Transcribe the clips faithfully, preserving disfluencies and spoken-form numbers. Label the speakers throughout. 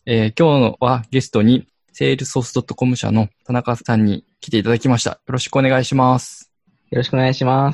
Speaker 1: えー、今日はゲストに セールスフォースドットコム 社の田中さんに来ていただきました。よろしくお願いします。
Speaker 2: よろしくお願いします。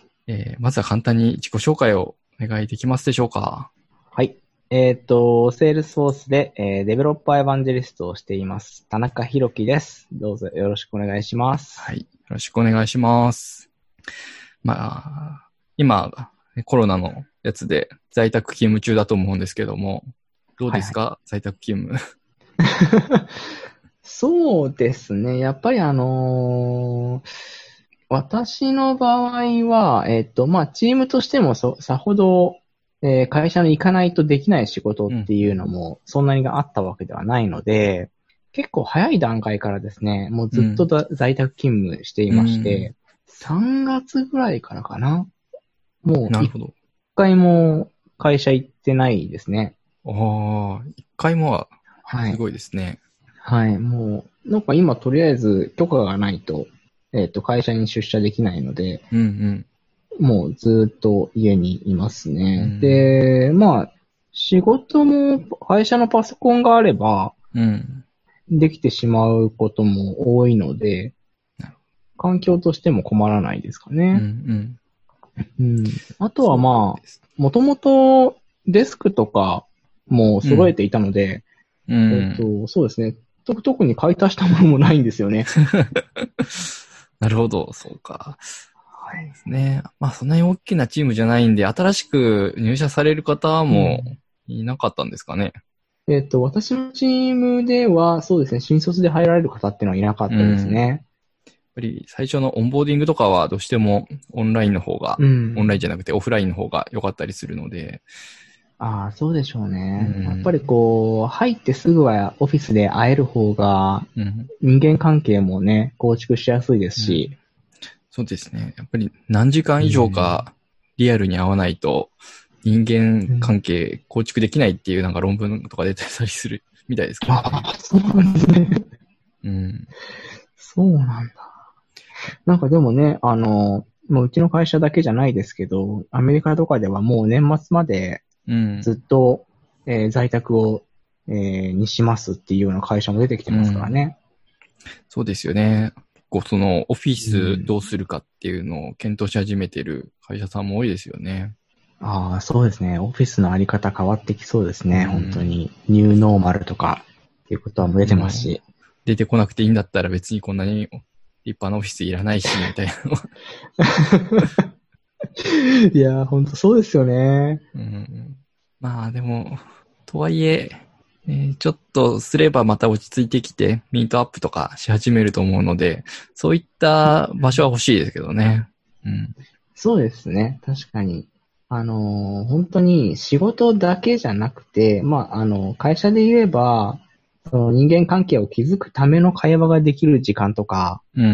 Speaker 1: えー、まずは簡単に自己紹介をお願いできますでしょうか。
Speaker 2: はい。えっ、ー、と、Salesforce で、えー、デベロッパーエヴァンジェリストをしています。田中裕樹です。どうぞよろしくお願いします。
Speaker 1: はい。よろしくお願いします。まあ、今、コロナのやつで在宅勤務中だと思うんですけども、どうですか、はいはい、在宅勤務。
Speaker 2: そうですね。やっぱりあのー、私の場合は、えっ、ー、と、まあ、チームとしてもそ、さほど、えー、会社に行かないとできない仕事っていうのも、そんなにがあったわけではないので、うん、結構早い段階からですね、もうずっとだ、うん、在宅勤務していまして、うん、さんがつぐらいからかな。もう、一回も会社行ってないですね。
Speaker 1: ああ、一回もは、すごいですね。
Speaker 2: はい。はい、もう、なんか今とりあえず許可がないと、えっと、会社に出社できないので、
Speaker 1: うんうん、
Speaker 2: もうずっと家にいますね。うん、で、まあ、仕事も会社のパソコンがあれば、できてしまうことも多いので、うん、環境としても困らないですかね。
Speaker 1: うん
Speaker 2: うんうん、あとはまあ、もともとデスクとかも揃えていたので、
Speaker 1: うん、
Speaker 2: えっと、そうですね。特に買い足したものもないんですよね。
Speaker 1: なるほど、そうか。はいですね。まあそんなに大きなチームじゃないんで、新しく入社される方もいなかったんですかね。
Speaker 2: うん、えっと、私のチームでは、そうですね、新卒で入られる方っていうのはいなかったですね。うん、やっ
Speaker 1: ぱり最初のオンボーディングとかはどうしてもオンラインの方が、うん、オンラインじゃなくてオフラインの方が良かったりするので。
Speaker 2: ああ、そうでしょうね。うん、やっぱりこう、入ってすぐはオフィスで会える方が、人間関係もね、構築しやすいですし、うん、
Speaker 1: そうですね。やっぱり何時間以上かリアルに会わないと人間関係構築できないっていうなんか論文とか出てたりするみたいですけどね。
Speaker 2: ああ、そうなんですね。
Speaker 1: うん。
Speaker 2: そうなんだ。なんかでもね、あの、もううちの会社だけじゃないですけど、アメリカとかではもう年末までずっと、うんえー、在宅を、えー、にしますっていうような会社も出てきてますからね。
Speaker 1: うん、そうですよね。結構そのオフィスどうするかっていうのを検討し始めてる会社さんも多いですよね。
Speaker 2: ああ、そうですね。オフィスのあり方変わってきそうですね。うん、本当に。ニューノーマルとかっていうことはもう出てますし。
Speaker 1: 出てこなくていいんだったら別にこんなに立派なオフィスいらないし、みたいな。
Speaker 2: いやー、ほんとそうですよね。
Speaker 1: うん、まあでも、とはいえ、えー、ちょっとすればまた落ち着いてきて、ミートアップとかし始めると思うので、そういった場所は欲しいですけどね。うん、
Speaker 2: そうですね。確かに。あのー、本当に仕事だけじゃなくて、まあ、あの、会社で言えば、その人間関係を築くための会話ができる時間とか、
Speaker 1: うん、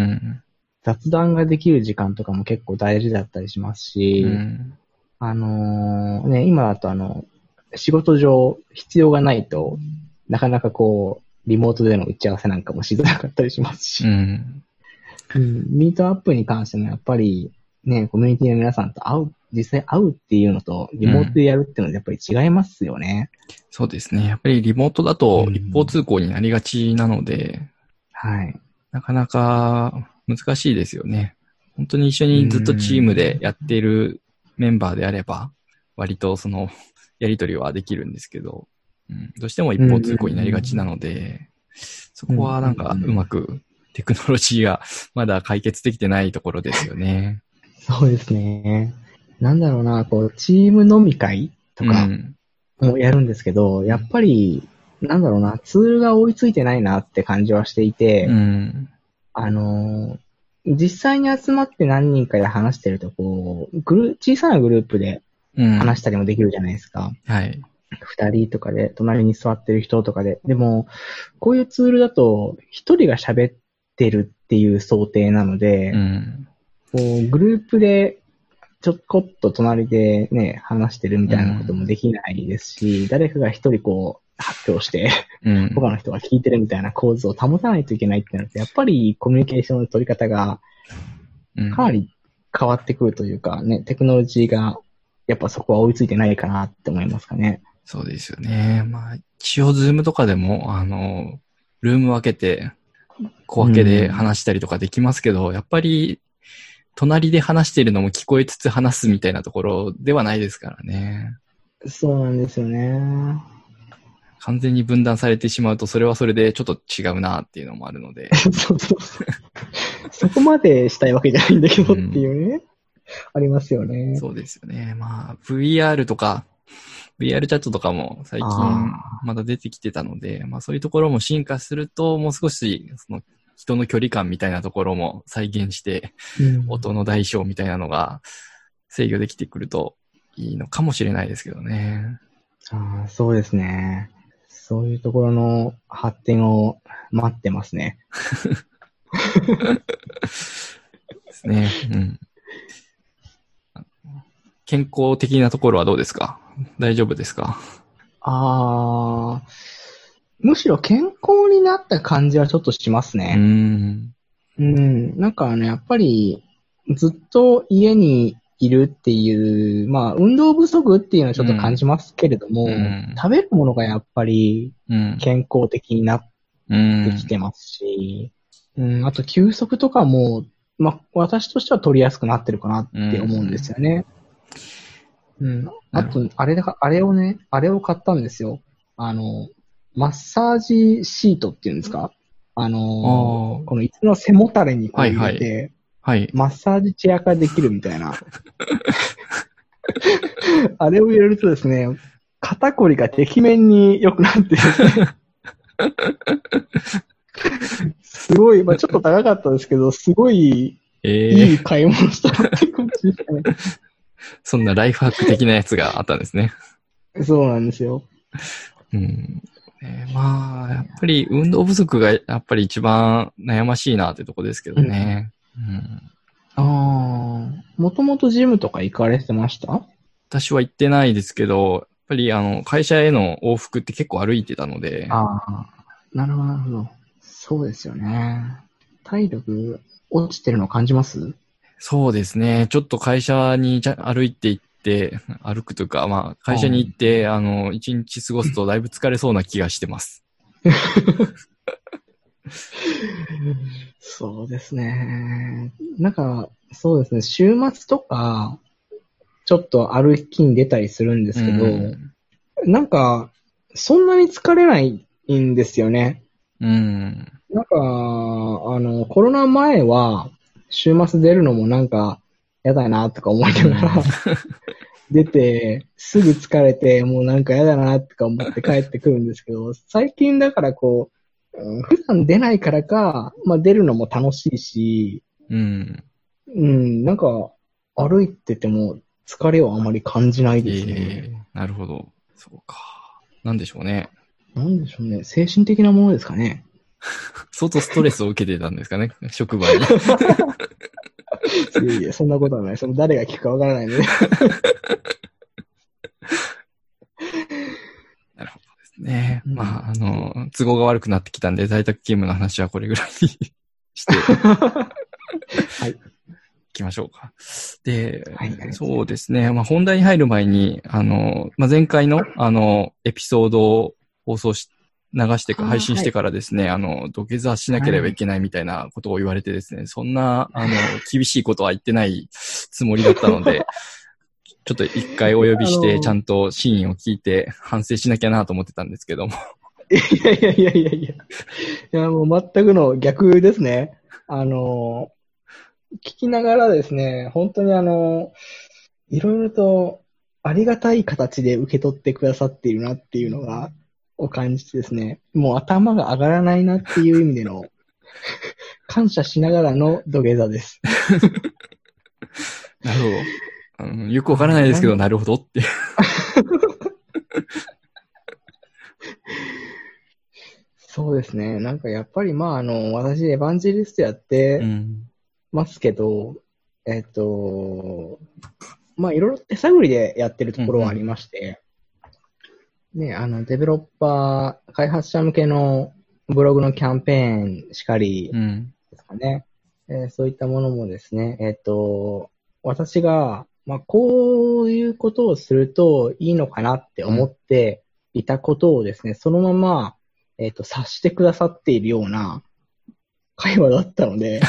Speaker 2: 雑談ができる時間とかも結構大事だったりしますし、うん、あのー、ね、今だとあの、仕事上必要がないと、なかなかこう、リモートでの打ち合わせなんかもしづらかったりしますし、
Speaker 1: うん
Speaker 2: うん、ミートアップに関してもやっぱりね、コミュニティの皆さんと会う、実際会うっていうのと、リモートでやるっていうのはやっぱり違いますよね、
Speaker 1: うん。そうですね。やっぱりリモートだと一方通行になりがちなので、
Speaker 2: うん、はい。
Speaker 1: なかなか難しいですよね。本当に一緒にずっとチームでやっているメンバーであれば、割とそのやりとりはできるんですけど、うん、どうしても一方通行になりがちなので、そこはなんかうまくテクノロジーがまだ解決できてないところですよね。
Speaker 2: そうですね。なんだろうな、こう、チーム飲み会とかもやるんですけど、うん、やっぱり、なんだろうな、ツールが追いついてないなって感じはしていて、うん、あの、実際に集まって何人かで話してると、こう、グル小さなグループで話したりもできるじゃないですか。
Speaker 1: うん、はい。
Speaker 2: 二人とかで、隣に座ってる人とかで。でも、こういうツールだと、一人が喋ってるっていう想定なので、うん、こうグループでちょこっと隣でね、話してるみたいなこともできないですし、うん、誰かが一人こう、発表して、うん、他の人が聞いてるみたいな構図を保たないといけないってなると、やっぱりコミュニケーションの取り方が、かなり変わってくるというかね、テクノロジーが、やっぱそこは追いついてないかなって思いますかね。
Speaker 1: そうですよね。まあ、一応ズームとかでも、あの、ルーム分けて、小分けで話したりとかできますけど、うん、やっぱり、隣で話しているのも聞こえつつ話すみたいなところではないですからね。
Speaker 2: そうなんですよね。
Speaker 1: 完全に分断されてしまうと、それはそれでちょっと違うなっていうのもあるので。
Speaker 2: そうそうそう。そこまでしたいわけじゃないんだけどっていうね。うん、ありますよね。
Speaker 1: そうですよね。まあ、ブイアール とか、ブイアール チャットとかも最近まだ出てきてたので、まあそういうところも進化すると、もう少し、その、人の距離感みたいなところも再現して、うん、音の大小みたいなのが制御できてくるといいのかもしれないですけどね。
Speaker 2: ああ、そうですね。そういうところの発展を待ってますね。
Speaker 1: ですね。うん。健康的なところはどうですか？大丈夫ですか？
Speaker 2: ああ、むしろ健康になった感じはちょっとしますね。
Speaker 1: うーん。
Speaker 2: うん。なんかね、やっぱりずっと家にいるっていう、まあ運動不足っていうのはちょっと感じますけれども、うん、食べるものがやっぱり健康的になってきてますし、うん、うん、あと休息とかも、まあ私としては取りやすくなってるかなって思うんですよね。うん。うん、あと、あれだ、あれをね、あれを買ったんですよ。あの、マッサージシートっていうんですか？あのー、この椅子の背もたれにこう入れて、はいはい、マッサージチェア化できるみたいな。あれを入れるとですね、肩こりがてきめんに良くなってですね。すごい、まあちょっと高かったですけど、すごいいい買い物したって感じですね。
Speaker 1: そんなライフハック的なやつがあったんですね。
Speaker 2: そうなんですよ。
Speaker 1: うんえー、まあ、やっぱり運動不足がやっぱり一番悩ましいなってとこですけどね。うんうん、
Speaker 2: ああ、もともとジムとか行かれてました？
Speaker 1: 私は行ってないですけど、やっぱりあの、会社への往復って結構歩いてたので。
Speaker 2: ああ、なるほど、なるほど。そうですよね。体力落ちてるの感じます？
Speaker 1: そうですね。ちょっと会社に歩いて行って、歩くというか、まあ、会社に行って、あの、一日過ごすとだいぶ疲れそうな気がしてます。
Speaker 2: そうですね。なんか、そうですね。週末とか、ちょっと歩きに出たりするんですけど、うん、なんか、そんなに疲れないんですよね。
Speaker 1: うん。
Speaker 2: なんか、あの、コロナ前は、週末出るのもなんか、やだなとか思いながら、うん、出て、すぐ疲れて、もうなんかやだなとか思って帰ってくるんですけど、最近だからこう、うん、普段出ないからか、まあ出るのも楽しいし、
Speaker 1: うん。
Speaker 2: うん、なんか、歩いてても疲れをあまり感じないですね。
Speaker 1: えー、なるほど。そうか。なんでしょうね。
Speaker 2: なんでしょうね。精神的なものですかね。
Speaker 1: 相当ストレスを受けてたんですかね、職場に。
Speaker 2: いやいや、そんなことはない。その誰が聞くかわからないので。
Speaker 1: なるほどですね。うん、まあ、あの、都合が悪くなってきたんで、在宅勤務の話はこれぐらいにして、はい。行きましょうか。で、はい、そうですね。まあ、本題に入る前に、あの、まあ、前回の、あの、エピソードを放送し、流してか、配信してからですね、あ,、はい、あの、土下座しなければいけないみたいなことを言われてですね、はい、そんな、あの、厳しいことは言ってないつもりだったので、ちょっと一回お呼びして、ちゃんと真意を聞いて反省しなきゃなと思ってたんですけども。
Speaker 2: いやいやいやいやいや。いや、もう全くの逆ですね。あの、聞きながらですね、本当にあの、いろいろとありがたい形で受け取ってくださっているなっていうのが、を感じてですね、もう頭が上がらないなっていう意味での、感謝しながらの土下座です。
Speaker 1: なるほど。うん、よくわからないですけど、なるほどって。
Speaker 2: そうですね。なんかやっぱりまああの、私エヴァンジェリストやってますけど、うん、えっと、まあいろいろ手探りでやってるところはありまして、うんうん、ね、あの、デベロッパー、開発者向けのブログのキャンペーンしかりですかね。うん、えー、そういったものもですね、えっと、私が、まあこういうことをするといいのかなって思って、 いたことをですね、そのまま、えっと、察してくださっているような会話だったので、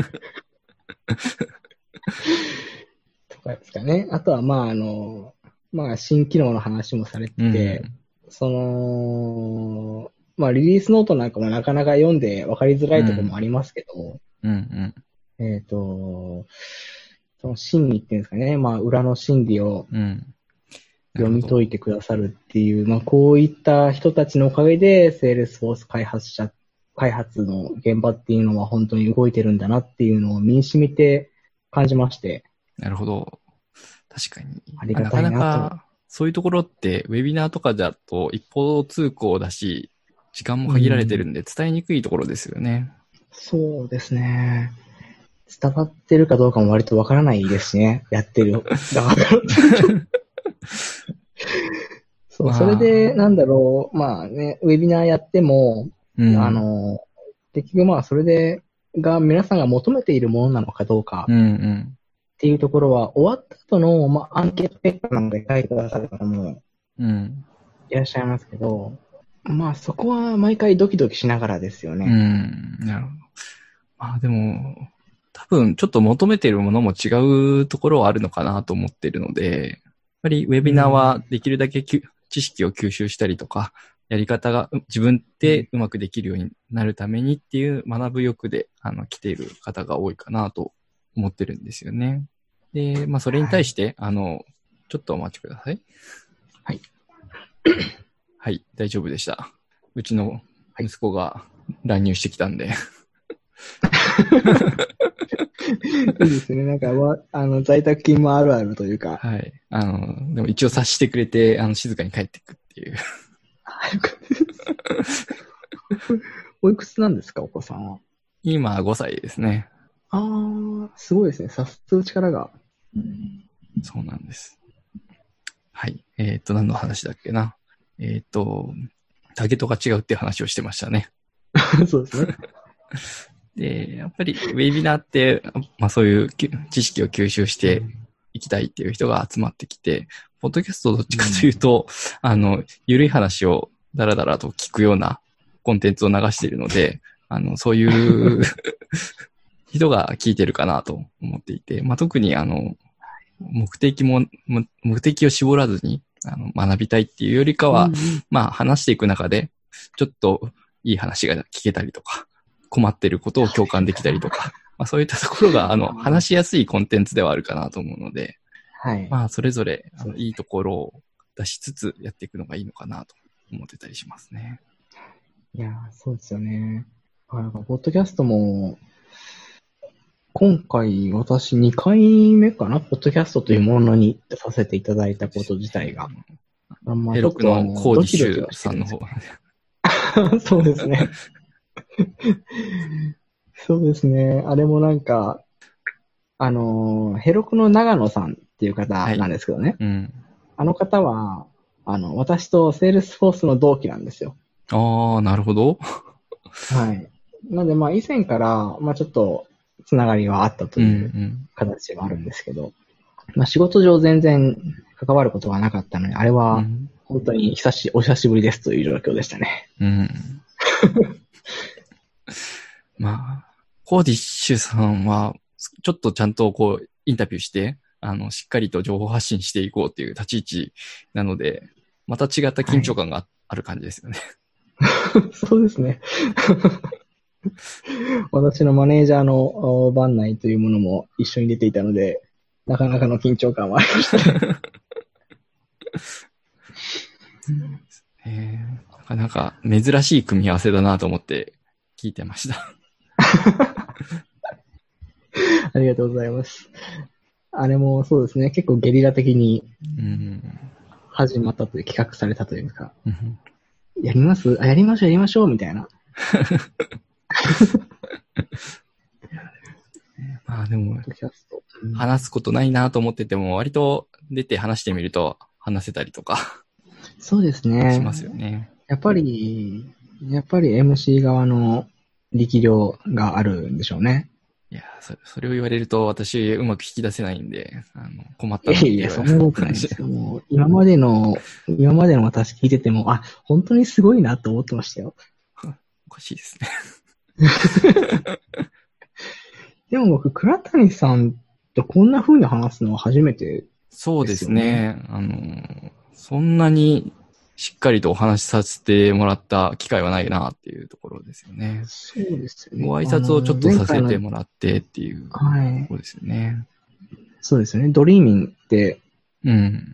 Speaker 2: とかですかね。あとは、まあ、あの、まあ、新機能の話もされてて、
Speaker 1: うん
Speaker 2: その、まあ、リリースノートなんかもなかなか読んで分かりづらいところもありますけど、
Speaker 1: うんうん。
Speaker 2: えっと、その心理っていうんですかね、まあ、裏の心理を
Speaker 1: うん。なる
Speaker 2: 読み
Speaker 1: ほど。
Speaker 2: 解いてくださるっていう、まあ、こういった人たちのおかげで、セールスフォース開発者、開発の現場っていうのは本当に動いてるんだなっていうのを身に染みて感じまして、
Speaker 1: なるほど。確かに。
Speaker 2: ありが
Speaker 1: まあなかな
Speaker 2: たいなと。
Speaker 1: か、そういうところって、ウェビナーとかだと一方通行だし、時間も
Speaker 2: う
Speaker 1: 限られてる
Speaker 2: ん、
Speaker 1: んで伝えにくいところですよね。
Speaker 2: そうですね。伝わってるかどうかも割とわからないですしね。やってる側からすると。そう、それで、
Speaker 1: まあ、
Speaker 2: なんだろう、まあね、ウェビナーやっても、あ
Speaker 1: うん。
Speaker 2: の、結局まあ、それで、が皆さんが求めているものなのかどうか
Speaker 1: うんうん。
Speaker 2: っていうところは、終わった後の、まあ、アンケート結果なんかで書いてくださる方も
Speaker 1: うん。
Speaker 2: いらっしゃいますけど、まあ、そこは毎回ドキドキしながらですよ
Speaker 1: う
Speaker 2: ね。
Speaker 1: ん。なるほど。まあでも、多分ちょっと求めているものも違うところはあるのかなと思っているので、やっぱりウェビナーはできるだけきゅ知識を吸収したりとか、やり方がう自分でうまくできるようになるためにっていう学ぶ欲であの来ている方が多いかなと思ってるんですよね。で、まあそれに
Speaker 2: はい。
Speaker 1: 対して、あの、ちょっとお待ちください。
Speaker 2: はい。
Speaker 1: はい、大丈夫でした。うちの
Speaker 2: はい。
Speaker 1: 息子が乱入してきたんで。
Speaker 2: いいですね。なんか、わ、あの、在宅勤務あるあるというか。
Speaker 1: はい。あの、でも一応察してくれて、あの、静かに帰っていくっていう。
Speaker 2: おいくつなんですか、お子さんは。
Speaker 1: 今ごさいですね。
Speaker 2: ああ、すごいですね。察する力が。
Speaker 1: そうなんです。はい。えっと、何の話だっけな。えっと、ターゲットが違うっていう話をしてましたね。
Speaker 2: そうですね。
Speaker 1: で、やっぱりウェビナーって、まあそういうき知識を吸収していきたいっていう人が集まってきて、ポッドキャストどっちかというと、あの、ゆるい話をダラダラと聞くようなコンテンツを流しているので、あの、そういう人が聞いてるかなと思っていて、まあ特にあの、目的も、も目的を絞らずにあの学びたいっていうよりかは、
Speaker 2: うんうん。
Speaker 1: まあ話していく中で、ちょっといい話が聞けたりとか、困ってることを共感できたりとか、まあそういったところが、あの、話しやすいコンテンツではあるかなと思うので、
Speaker 2: はい。
Speaker 1: まあそれぞれ、あの、
Speaker 2: そうですね。
Speaker 1: いいところを出しつつやっていくのがいいのかなと思ってたりしますね。
Speaker 2: いやー、そうですよね。あなんか、ポッドキャストも、今回私にかいめかな、ポッドキャストというものにさせていただいたこと自体が。あまあ、ちょっ
Speaker 1: ヘロクの
Speaker 2: とあの、
Speaker 1: コーディッシ
Speaker 2: ドキドキは
Speaker 1: ュさんの方。
Speaker 2: してるんですけど。そうですね。そうですね。あれもなんか、あの、ヘロクの長野さんっていう方なん
Speaker 1: はい。
Speaker 2: ですけどね。
Speaker 1: うん。
Speaker 2: あの方は、あの、私とセールスフォースの同期なんですよ。
Speaker 1: ああ、なるほど。
Speaker 2: はい。なので、まあ、以前から、まあ、ちょっと、つながりはあったと
Speaker 1: うんう
Speaker 2: いう
Speaker 1: ん。
Speaker 2: 形はあるんですけど、まあ、仕事上全然関わることがなかったので、あれは、
Speaker 1: うん
Speaker 2: 本当に久し、お久しぶりですという状況でしたね。
Speaker 1: うん。まあ、コーディッシュさんは、ちょっとちゃんとこう、インタビューして、あの、しっかりと情報発信していこうっていう立ち位置なので、また違った緊張感がある感じですよね。
Speaker 2: そうですね。私のマネージャーのお番内というものも一緒に出ていたので、なかなかの緊張感はありましたね。
Speaker 1: えー、なかなか珍しい組み合わせだなと思って聞いてました。
Speaker 2: ありがとうございます。あれもそうですね、結構ゲリラ的に
Speaker 1: うん。
Speaker 2: 始まったという、企画されたというか、
Speaker 1: うん、
Speaker 2: やりますあ、やりましょう、やりましょう、みたいな。
Speaker 1: まあでも、
Speaker 2: キャスト。うん、
Speaker 1: 話すことないなと思ってても、割と出て話してみると話せたりとか
Speaker 2: そうです
Speaker 1: しますよ
Speaker 2: ね。
Speaker 1: ね。
Speaker 2: やっぱり、やっぱり エムシー 側の力量があるんでしょうね。
Speaker 1: いやー、そ、それを言われると私うまく引き出せないんで、あの、困ったなっ
Speaker 2: いやいや、
Speaker 1: ていう
Speaker 2: そんなことないですよ。もう、今までの、今までの私聞いてても、あ、本当にすごいなと思ってましたよ。
Speaker 1: おかしいですね。
Speaker 2: でも僕、倉谷さんとこんな風に話すのは初めてで
Speaker 1: そうです
Speaker 2: すよね。
Speaker 1: ね。あの、そんなにしっかりとお話しさせてもらった機会はないなっていうところですよね。
Speaker 2: そうですよね。
Speaker 1: ご挨
Speaker 2: あの、
Speaker 1: 拶をちょっとさせ
Speaker 2: 前回の、
Speaker 1: てもらってっていうと
Speaker 2: はい。
Speaker 1: ころですよね。
Speaker 2: そうですよね。ドリーミンで
Speaker 1: うん。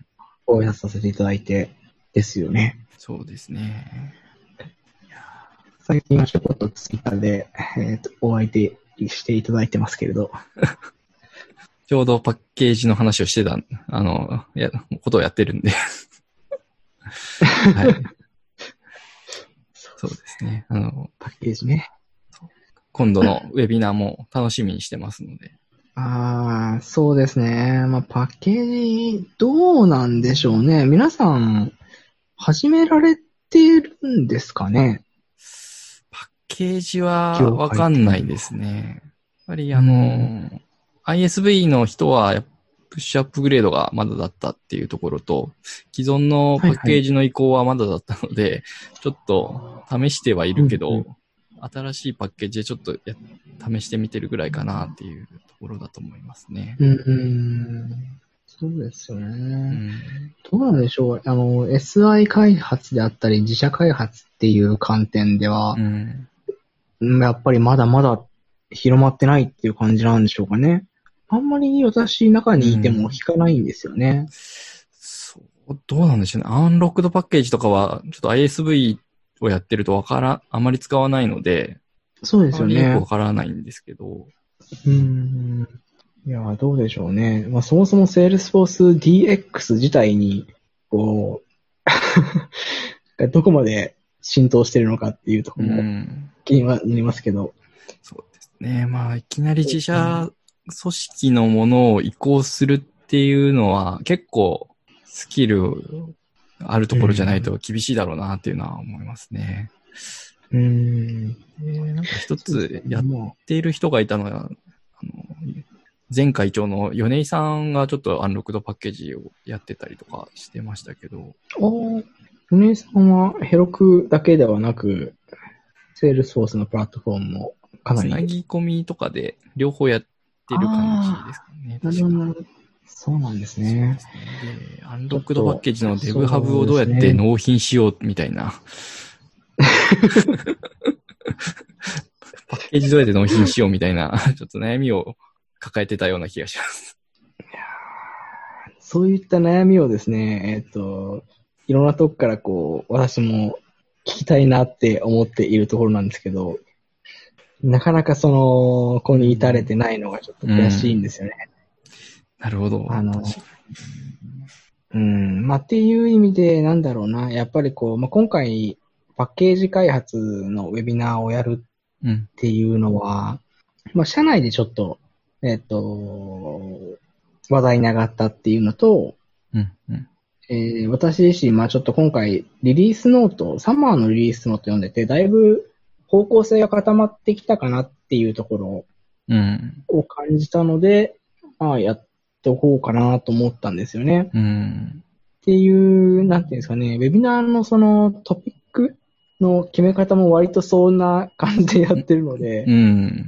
Speaker 2: ご挨拶させていただいてですよね。
Speaker 1: そうですね。
Speaker 2: 最近はちょこっとツイッターで、えっと、お相手していただいてますけれど。
Speaker 1: ちょうどパッケージの話をしてた、あの、や、ことをやってるんで。はい。そうですね。あの、
Speaker 2: パッケージね。
Speaker 1: 今度のウェビナーも楽しみにしてますので。
Speaker 2: ああ、そうですね。まあ、パッケージ、どうなんでしょうね。皆さん、始められてるんですかね。
Speaker 1: パッケージは
Speaker 2: 業
Speaker 1: わか
Speaker 2: 界的には。
Speaker 1: んないですね。やっぱり
Speaker 2: う
Speaker 1: あ
Speaker 2: ん。
Speaker 1: の、アイエスブイ の人は、プッシュアップグレードがまだだったっていうところと、既存のパッ
Speaker 2: はいはい。
Speaker 1: ケージの移行はまだだったので、ちょっと試してはいるけ
Speaker 2: うんうん。
Speaker 1: ど、新しいパッケージでちょっとや試してみてるぐらいかなっていうところだと思いますね。
Speaker 2: うんうん。そうですよ
Speaker 1: う
Speaker 2: ね。
Speaker 1: ん。
Speaker 2: どうなんでしょう。あの、エスアイ 開発であったり、自社開発っていう観点では、
Speaker 1: うん。
Speaker 2: うんやっぱりまだまだ広まってないっていう感じなんでしょうかね。あんまり私中
Speaker 1: う
Speaker 2: にいても
Speaker 1: ん。
Speaker 2: 聞かないんですよね。
Speaker 1: そう、どうなんでしょうね。アンロックドパッケージとかは、ちょっと アイエスブイ をやってるとわから、あまり使わないので、
Speaker 2: そうで
Speaker 1: あまりよくわ
Speaker 2: すよね。
Speaker 1: からないんですけど、
Speaker 2: うーん。いや、どうでしょうね。まあ、そもそも Salesforce ディーエックス 自体に、こう、どこまで浸透してるのかっていうとこ
Speaker 1: う
Speaker 2: ろも
Speaker 1: ん。
Speaker 2: 気にはなりますけど。
Speaker 1: そうですね。まあ、いきなり自社組織のものを移行するっていうのは、結構スキルあるところじゃないと厳しいだろうなっていうのは思いますね。
Speaker 2: うーん。
Speaker 1: で、なんか一
Speaker 2: そうですね。
Speaker 1: つやっ
Speaker 2: ま
Speaker 1: ている人がいたのは、あの、前会長の米井さんがちょっとアンロックドパッケージをやってたりとかしてましたけど、
Speaker 2: あ、お米井さんはヘロクだけではなく、Salesforce のプラットフォームもかな
Speaker 1: つな
Speaker 2: り。
Speaker 1: ぎ込みとかで両方やってる感じです
Speaker 2: あ
Speaker 1: かね、
Speaker 2: あ、なるほど、
Speaker 1: 確か。
Speaker 2: なるほど。そうなんですね。
Speaker 1: そうですね。で、アン
Speaker 2: ちょ
Speaker 1: ロックドパッ
Speaker 2: っと、
Speaker 1: ケージのデブハブ
Speaker 2: そう
Speaker 1: をどうやって
Speaker 2: ですね。
Speaker 1: 納品しようみたいな、パッケージどうやって納品しようみたいな、ちょっと悩みを抱えてたような気がします。
Speaker 2: そういった悩みをですね、えっと、いろんなとこからこう、私も聞きたいなって思っているところなんですけど、なかなかその、ここに至れてないのがちょっと
Speaker 1: う
Speaker 2: 悔しいんで
Speaker 1: ん。
Speaker 2: すよね。
Speaker 1: なるほど。
Speaker 2: あの、
Speaker 1: 確か
Speaker 2: うん、まあ、っていう意味で、なんだろうな、やっぱりこう、まあ、今回、パッケージ開発のウェビナーをやる
Speaker 1: に。うん。
Speaker 2: っていうのは、まあ、社内でちょっと、えっと、話題に上がったっていうのと、
Speaker 1: うん。うん。
Speaker 2: えー私自身、まあちょっと今回、リリースノート、サマーのリリースノート読んでて、だいぶ方向性が固まってきたかなっていうところ
Speaker 1: うん。
Speaker 2: を感じたので、まあやっておこうかなと思ったんですよね。
Speaker 1: うん。
Speaker 2: っていう、なんていうんですかね、ウェビナーのそのトピックの決め方も割とそんな感じでやってるので、
Speaker 1: うん。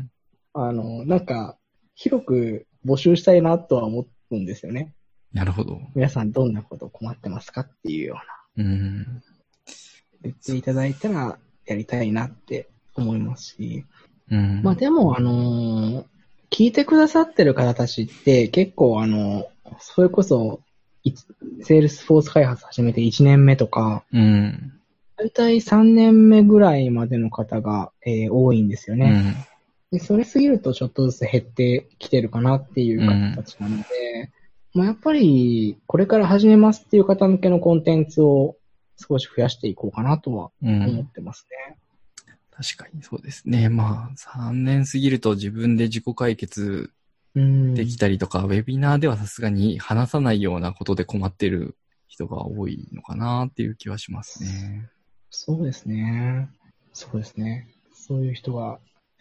Speaker 2: あの、なんか、広く募集したいなとは思うんですよね。
Speaker 1: なるほど。
Speaker 2: 皆さんどんなこと困ってますかっていうような。
Speaker 1: うん。
Speaker 2: 言っていただいたらやりたいなって思いますし。
Speaker 1: うん。
Speaker 2: まあでも、あのー聞いてくださってる方たちって結構あの、それこそ、セールスフォース開発始めていちねんめとか、
Speaker 1: うん。
Speaker 2: だいたいさんねんめぐらいまでの方が、えー多いんですよね。
Speaker 1: うん
Speaker 2: で、それ過ぎるとちょっとずつ減ってきてるかなっていう方たちなので、まあやっぱり、これから始めますっていう方向けのコンテンツを少し増やしていこうかなとは
Speaker 1: うん。
Speaker 2: 思ってますね。
Speaker 1: 確かにそうですね。まあ、さんねん過ぎると自分で自己解決
Speaker 2: うん。
Speaker 1: できたりとか、ウェビナーではさすがに話さないようなことで困ってる人が多いのかなっていう気はしますね。
Speaker 2: そうですね。そうですね。そういう人が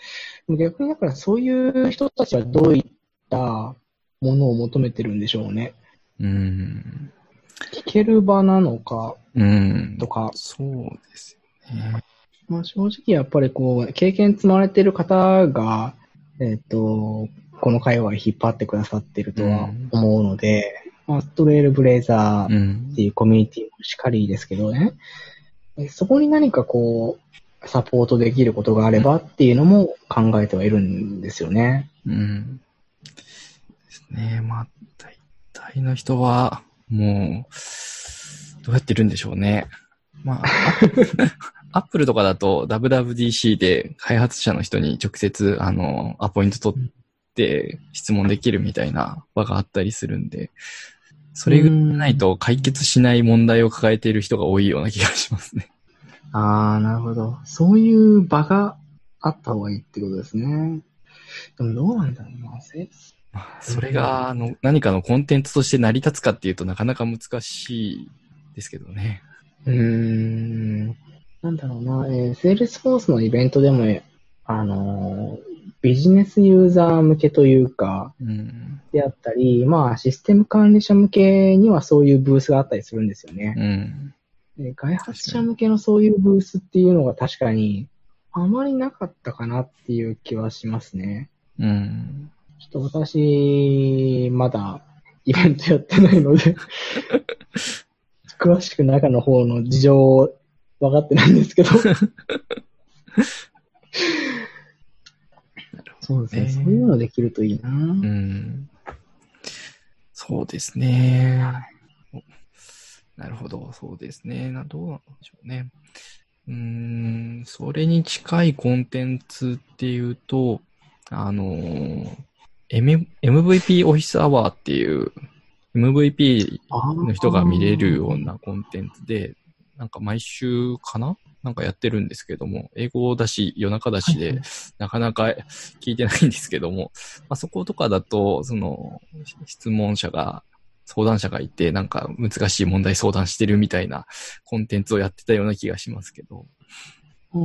Speaker 2: も逆にだからそういう人たちはどういったものを求めてるんでしょうね。
Speaker 1: うん。
Speaker 2: 聞ける場なのか、
Speaker 1: うん。
Speaker 2: とか。
Speaker 1: そうですよね。
Speaker 2: まあ正直やっぱりこう、経験積まれてる方が、えっと、この界隈引っ張ってくださってるとは思うので、うん、まあ、ストレールブレイザーっていうコミュニティもしっかりですけどね、うん、そこに何かこう、サポートできることがあればっていうのも考えてはいるんですよね。
Speaker 1: うん。ですね。まあ、大体の人は、もう、どうやってるんでしょうね。まあ、アップルとかだと ダブリューダブリューディーシー で開発者の人に直接、あの、アポイント取って質問できるみたいな場があったりするんで、それがないと解決しない問題を抱えている人が多いような気がしますね。
Speaker 2: ああ、なるほど。そういう場があった方がいいってことですね。でもどうなんだろうな。
Speaker 1: それが、あの、何かのコンテンツとして成り立つかっていうとなかなか難しいですけどね。
Speaker 2: うーん。なんだろうな。えー、セールスフォースのイベントでも、あのー、ビジネスユーザー向けというか、うん、であったり、まあ、システム管理者向けにはそういうブースがあったりするんですよね。うんで開発者向けのそういうブースっていうのが確かにあまりなかったかなっていう気はしますね。うん。ちょっと私、まだイベントやってないので、詳しく中の方の事情分かってないんですけど。そうですね、えー。そういうのできるといいな。うん。
Speaker 1: そうですね。なるほど、そうですね。などうなんでしょうね。うーん、それに近いコンテンツっていうと、あの、M、エムブイピー オフィスアワーっていう エムブイピー の人が見れるようなコンテンツで、なんか毎週かななんかやってるんですけども、英語だし、夜中だしで、なかなか聞いてないんですけども、まあ、そことかだと、その、質問者が、相談者がいて、なんか難しい問題相談してるみたいなコンテンツをやってたような気がしますけど。
Speaker 2: うん、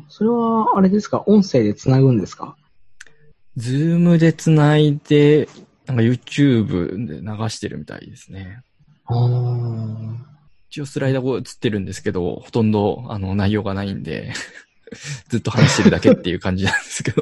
Speaker 2: それは、あれですか、音声でつなぐんですか？
Speaker 1: ズームでつないで、なんか YouTube で流してるみたいですね。あ一応スライダーが映ってるんですけど、ほとんどあの内容がないんで、ずっと話してるだけっていう感じなんですけど。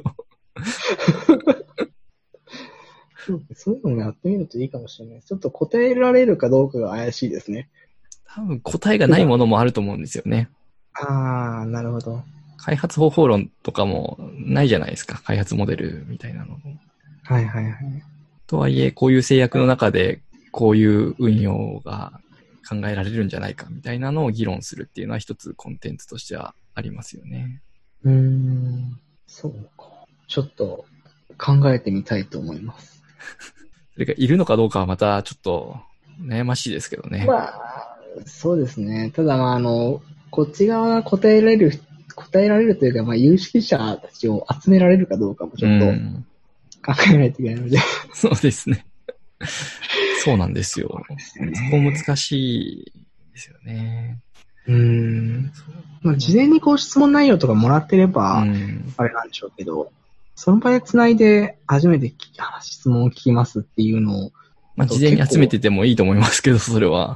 Speaker 2: そういうのもやってみるといいかもしれない。ちょっと答えられるかどうかが怪しいですね。
Speaker 1: 多分答えがないものもあると思うんですよね。
Speaker 2: ああ、なるほど。
Speaker 1: 開発方法論とかもないじゃないですか。開発モデルみたいなのも。
Speaker 2: はいはいはい。
Speaker 1: とはいえ、こういう制約の中で、こういう運用が考えられるんじゃないかみたいなのを議論するっていうのは一つコンテンツとしてはありますよね。
Speaker 2: うーん、そうか。ちょっと考えてみたいと思います。
Speaker 1: それがいるのかどうかはまたちょっと悩ましいですけどね。
Speaker 2: まあ、そうですね。ただまあ、あの、こっち側が答えられる、答えられるというか、まあ、有識者たちを集められるかどうかもちょっと考えないといけないので。
Speaker 1: そうですね。そうなんですよ。そこ難しいですよね。
Speaker 2: うーん。まあ、事前にこう質問内容とかもらってれば、あれなんでしょうけど、その場で繋いで初めて質問を聞きますっていうのを。
Speaker 1: まあ、事前に集めててもいいと思いますけど、それは。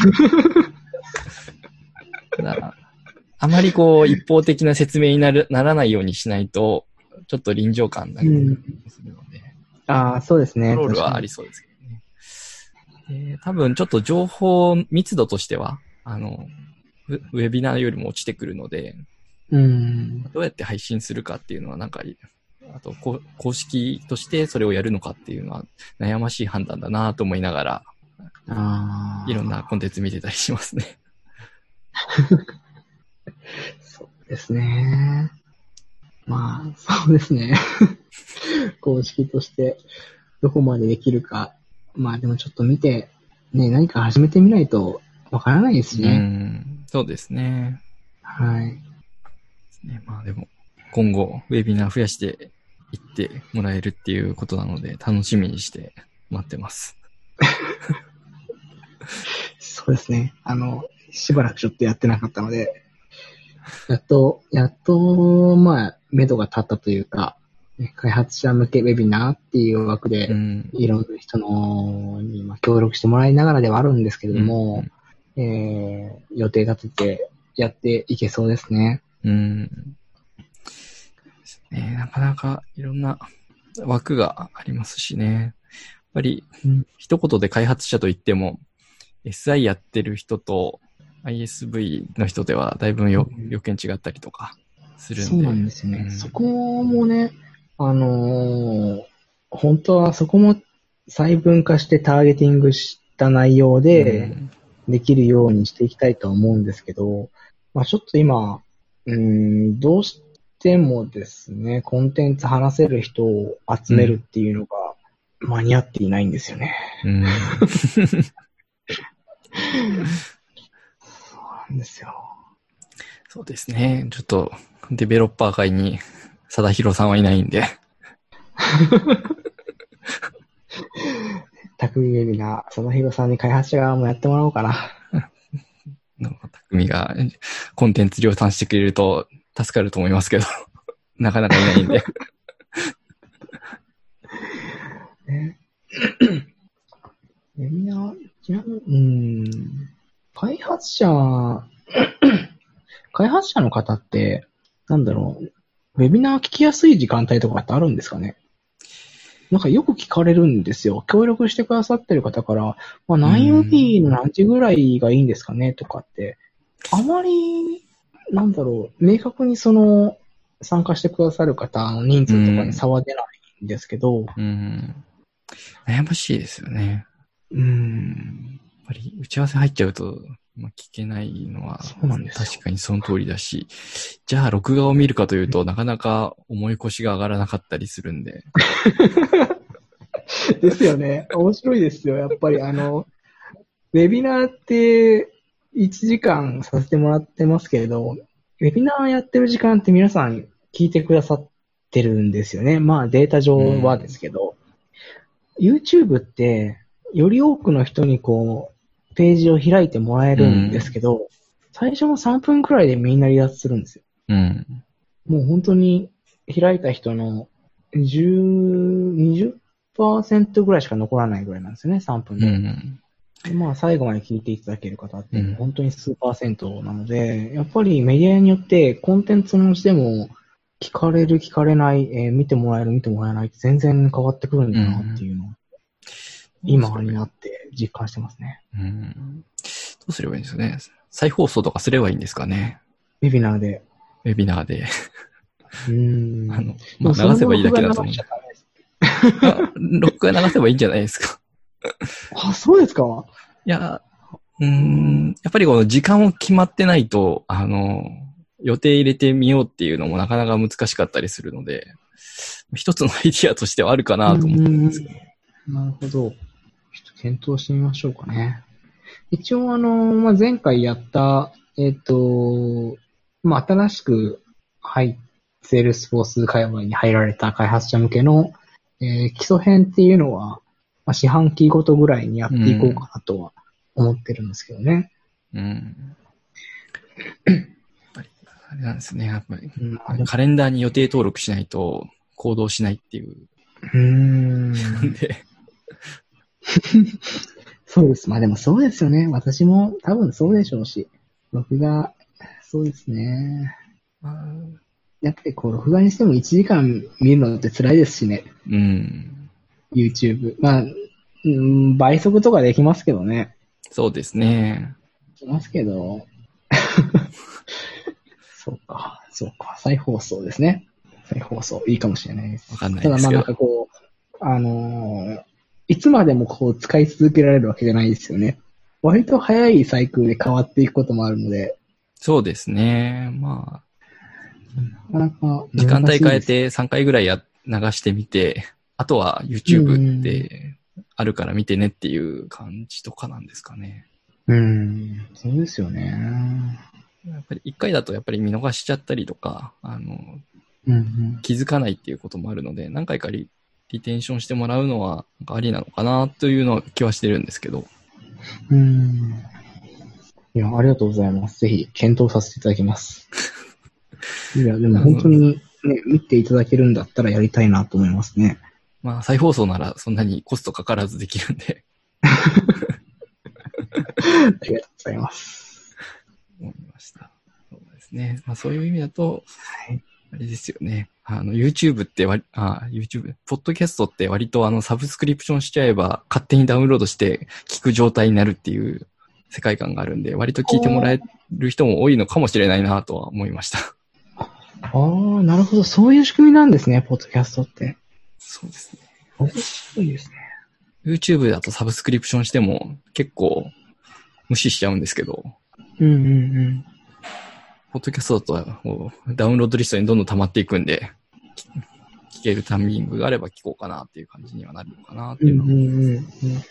Speaker 1: だからあまりこう、一方的な説明になる、ならないようにしないと、ちょっと臨場感になるするので。
Speaker 2: うん、ああ、そうですね。
Speaker 1: コントロールはありそうですけどね。で多分ちょっと情報密度としては、あの、ウェビナーよりも落ちてくるので、うん、どうやって配信するかっていうのはなんか、あと公式としてそれをやるのかっていうのは悩ましい判断だなと思いながら、あいろんなコンテンツ見てたりしますね。
Speaker 2: そうですね。まあ、そうですね。公式としてどこまでできるか。まあでもちょっと見て、ね、何か始めてみないとわからないですしね。
Speaker 1: うん、そうですね。
Speaker 2: はい。
Speaker 1: ね、まあでも、今後、ウェビナー増やしていってもらえるっていうことなので、楽しみにして待ってます。
Speaker 2: そうですね。あの、しばらくちょっとやってなかったので、やっと、やっと、まあ、目処が立ったというか、 開発者向けウェビナーっていう枠で、
Speaker 1: うん、
Speaker 2: いろんな人のにまあ協力してもらいながらではあるんですけれども、うん、えー、予定立ててやっていけそうですね。
Speaker 1: うん。ね、なかなかいろんな枠がありますしね。やっぱり、一言で開発者といっても、エスアイ やってる人と アイエスブイ の人ではだいぶよ、うん、要件違ったりとかするんで。
Speaker 2: そうなんですよね。うん、そこもね、あのー、本当はそこも細分化してターゲティングした内容でできるようにしていきたいとは思うんですけど、まあちょっと今、うーん、どうしてもですね、コンテンツ話せる人を集めるっていうのが間に合っていないんですよね。
Speaker 1: うん
Speaker 2: そうなんですよ。
Speaker 1: そうですね。ちょっと、デベロッパー界に、貞弘さんはいないんで。
Speaker 2: 匠ウェビナー、貞弘さんに開発者側もやってもらおうかな。
Speaker 1: なんか匠がコンテンツ量産してくれると助かると思いますけど、なかなかいないんで。
Speaker 2: ね、ウェビナー、ちなみに、うん、開発者、開発者の方って、なんだろう、ウェビナー聞きやすい時間帯とかってあるんですかね？なんかよく聞かれるんですよ。協力してくださってる方から、まあ、何曜日の何時ぐらいがいいんですかねとかって、あまり、なんだろう、明確にその、参加してくださる方の人数とかに差は出ないんですけど、
Speaker 1: うんうん、悩ましいですよね。
Speaker 2: うーん。
Speaker 1: やっぱり打ち合わせ入っちゃうと、まあ、聞けないのは確かにその通りだし、じゃあ録画を見るかというとなかなか重い腰が上がらなかったりするんで。
Speaker 2: ですよね。面白いですよ。やっぱりあの、ウェビナーっていちじかんさせてもらってますけれど、ウェビナーやってる時間って皆さん聞いてくださってるんですよね。まあデータ上はですけど、うん、YouTube ってより多くの人にこう、ページを開いてもらえるんですけど、うん、最初のさんぷんくらいでみんな離脱するんですよ。
Speaker 1: うん、
Speaker 2: もう本当に開いた人のじゅう、にじゅっパーセントぐらいしか残らないぐらいなんですよね、さんぷんで。うんでまあ最後まで聞いていただける方って本当に数パーセントなので、うん、やっぱりメディアによってコンテンツのうちでも聞かれる聞かれない、えー、見てもらえる見てもらえないって全然変わってくるんだなっていうのを、うん、今になって実感してますね。
Speaker 1: うん、どうすればいいんですかね。再放送とかすればいいんですかね。
Speaker 2: ウェビナーで。
Speaker 1: ウェビナーで。
Speaker 2: うーん。
Speaker 1: あの、まあ、流せばいいだけだと思う。録画流せばいいんじゃないですか。
Speaker 2: あ、そうですか？
Speaker 1: いや、うーん、やっぱりこの時間を決まってないと、あの、予定入れてみようっていうのもなかなか難しかったりするので、一つのアイディアとしてはあるかなと思ってるんですけど。
Speaker 2: なるほど。ちょっと検討してみましょうかね。一応あの、まあ、前回やった、えっと、まあ、新しく入っセールスフォース界隈に入られた開発者向けの、えー、基礎編っていうのは、まあ、四半期ごとぐらいにやっていこうかなとは思ってるんですけどね。
Speaker 1: うん。やっぱり、あれなんですね。やっぱり、うん、カレンダーに予定登録しないと行動しないっていう。
Speaker 2: うーん。でそうです。まあでもそうですよね。私も多分そうでしょうし。録画、そうですね。やっぱりこう、録画にしてもいちじかん見るのって辛いですしね。
Speaker 1: うん。
Speaker 2: YouTube。まあ、うん、倍速とかできますけどね。
Speaker 1: そうですね。
Speaker 2: できますけど。そうか、そうか。再放送ですね。再放送、いいかもしれないです。
Speaker 1: わかんないですけど。
Speaker 2: ただまあなんかこう、あのー、いつまでもこう使い続けられるわけじゃないですよね。割と早いサイクルで変わっていくこともあるので。
Speaker 1: そうですね。まあ。
Speaker 2: なかなか
Speaker 1: 時間帯変えてさんかいぐらいや流してみて、あとは YouTube であるから見てねっていう感じとかなんですかね。
Speaker 2: うん、そうですよね。
Speaker 1: やっぱりいっかいだとやっぱり見逃しちゃったりとか、あの、
Speaker 2: うんうん、
Speaker 1: 気づかないっていうこともあるので、何回かリリテンションしてもらうのはなんかありなのかなというのは気はしてるんですけど。
Speaker 2: うん。いや、ありがとうございます。ぜひ検討させていただきます。いや、でも本当にね、見ていただけるんだったらやりたいなと思いますね。
Speaker 1: まあ、再放送ならそんなにコストかからずできるんで。
Speaker 2: ありがとうございます。
Speaker 1: 思いました。そうですね。まあ、そういう意味だと、
Speaker 2: はい、
Speaker 1: あれですよね。あの、YouTube って割、あ、YouTube、ポッドキャストって割とあの、サブスクリプションしちゃえば、勝手にダウンロードして聞く状態になるっていう世界観があるんで、割と聞いてもらえる人も多いのかもしれないなとは思いました。
Speaker 2: ああ、なるほど。そういう仕組みなんですね、ポッドキャストって。
Speaker 1: そうですね。
Speaker 2: 面白いですね。
Speaker 1: YouTube だとサブスクリプションしても結構無視しちゃうんですけど、
Speaker 2: うんうんうん。
Speaker 1: ポッドキャストだともうダウンロードリストにどんどん溜まっていくんで、聞けるタイミングがあれば聞こうかなっていう感じにはなるのかなっていうのは思います。
Speaker 2: うんうんうんうん、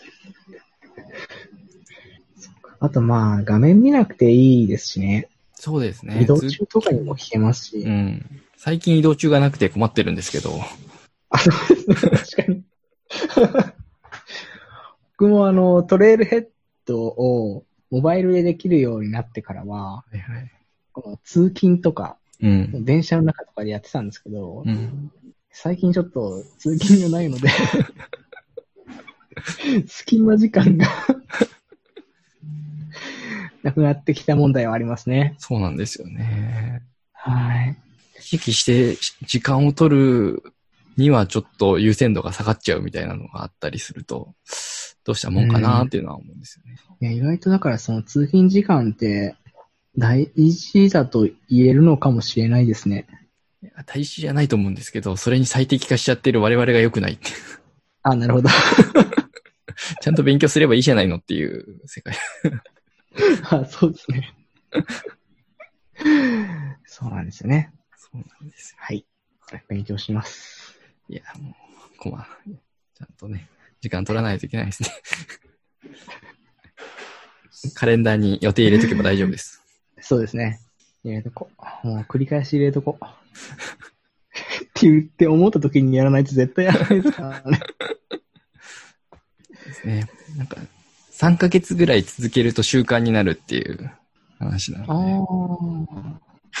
Speaker 2: あとまあ、画面見なくていいですしね。
Speaker 1: そうですね。
Speaker 2: 移動中とかにも聞けますし。
Speaker 1: うん。最近移動中がなくて困ってるんですけど。
Speaker 2: あ、そうですね。確かに。僕もあの、トレイルヘッドをモバイルでできるようになってからは、
Speaker 1: はいはい、
Speaker 2: この通勤とか、
Speaker 1: うん、
Speaker 2: 電車の中とかでやってたんですけど、
Speaker 1: うん、
Speaker 2: 最近ちょっと通勤がないので、隙間時間がなくなってきた問題はありますね。
Speaker 1: そうなんですよね。
Speaker 2: はい。
Speaker 1: 意識して時間を取るにはちょっと優先度が下がっちゃうみたいなのがあったりすると、どうしたもんかなっていうのは思うんですよね。
Speaker 2: いや、意外とだからその通勤時間って大事だと言えるのかもしれないですね。
Speaker 1: いや大事じゃないと思うんですけど、それに最適化しちゃってる我々が良くないって。
Speaker 2: あ、なるほど。
Speaker 1: ちゃんと勉強すればいいじゃないのっていう世界。
Speaker 2: あ、そうですね。そうなんですよね。
Speaker 1: そうなんですよ。
Speaker 2: はい。勉強します。
Speaker 1: いや、もう、こま、ちゃんとね、時間取らないといけないですね。カレンダーに予定入れとけば大丈夫です。
Speaker 2: そうですね。入れとこう。もう繰り返し入れとこう。って言って思った時にやらないと絶対やらないですからね。
Speaker 1: ですね。なんか、さんかげつぐらい続けると習慣になるっていう話なので。
Speaker 2: ああ。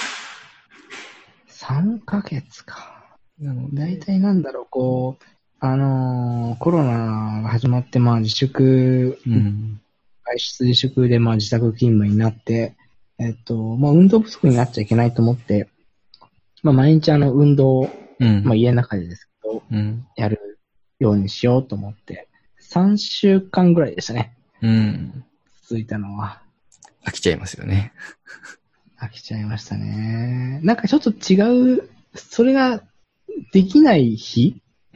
Speaker 2: さんかげつか。
Speaker 1: なので
Speaker 2: 大体なんだろう、こう、あのー、コロナが始まって、まあ自粛、
Speaker 1: うん、
Speaker 2: 外出自粛でまあ自宅勤務になって、えっと、まあ運動不足になっちゃいけないと思って、まあ毎日あの運動を、
Speaker 1: うん、
Speaker 2: まあ家の中でですけど、
Speaker 1: うん、
Speaker 2: やるようにしようと思って、さんしゅうかんぐらいでしたね。
Speaker 1: うん。
Speaker 2: 続いたのは。
Speaker 1: 飽きちゃいますよね。
Speaker 2: 飽きちゃいましたね。なんかちょっと違う、それができない日
Speaker 1: うん。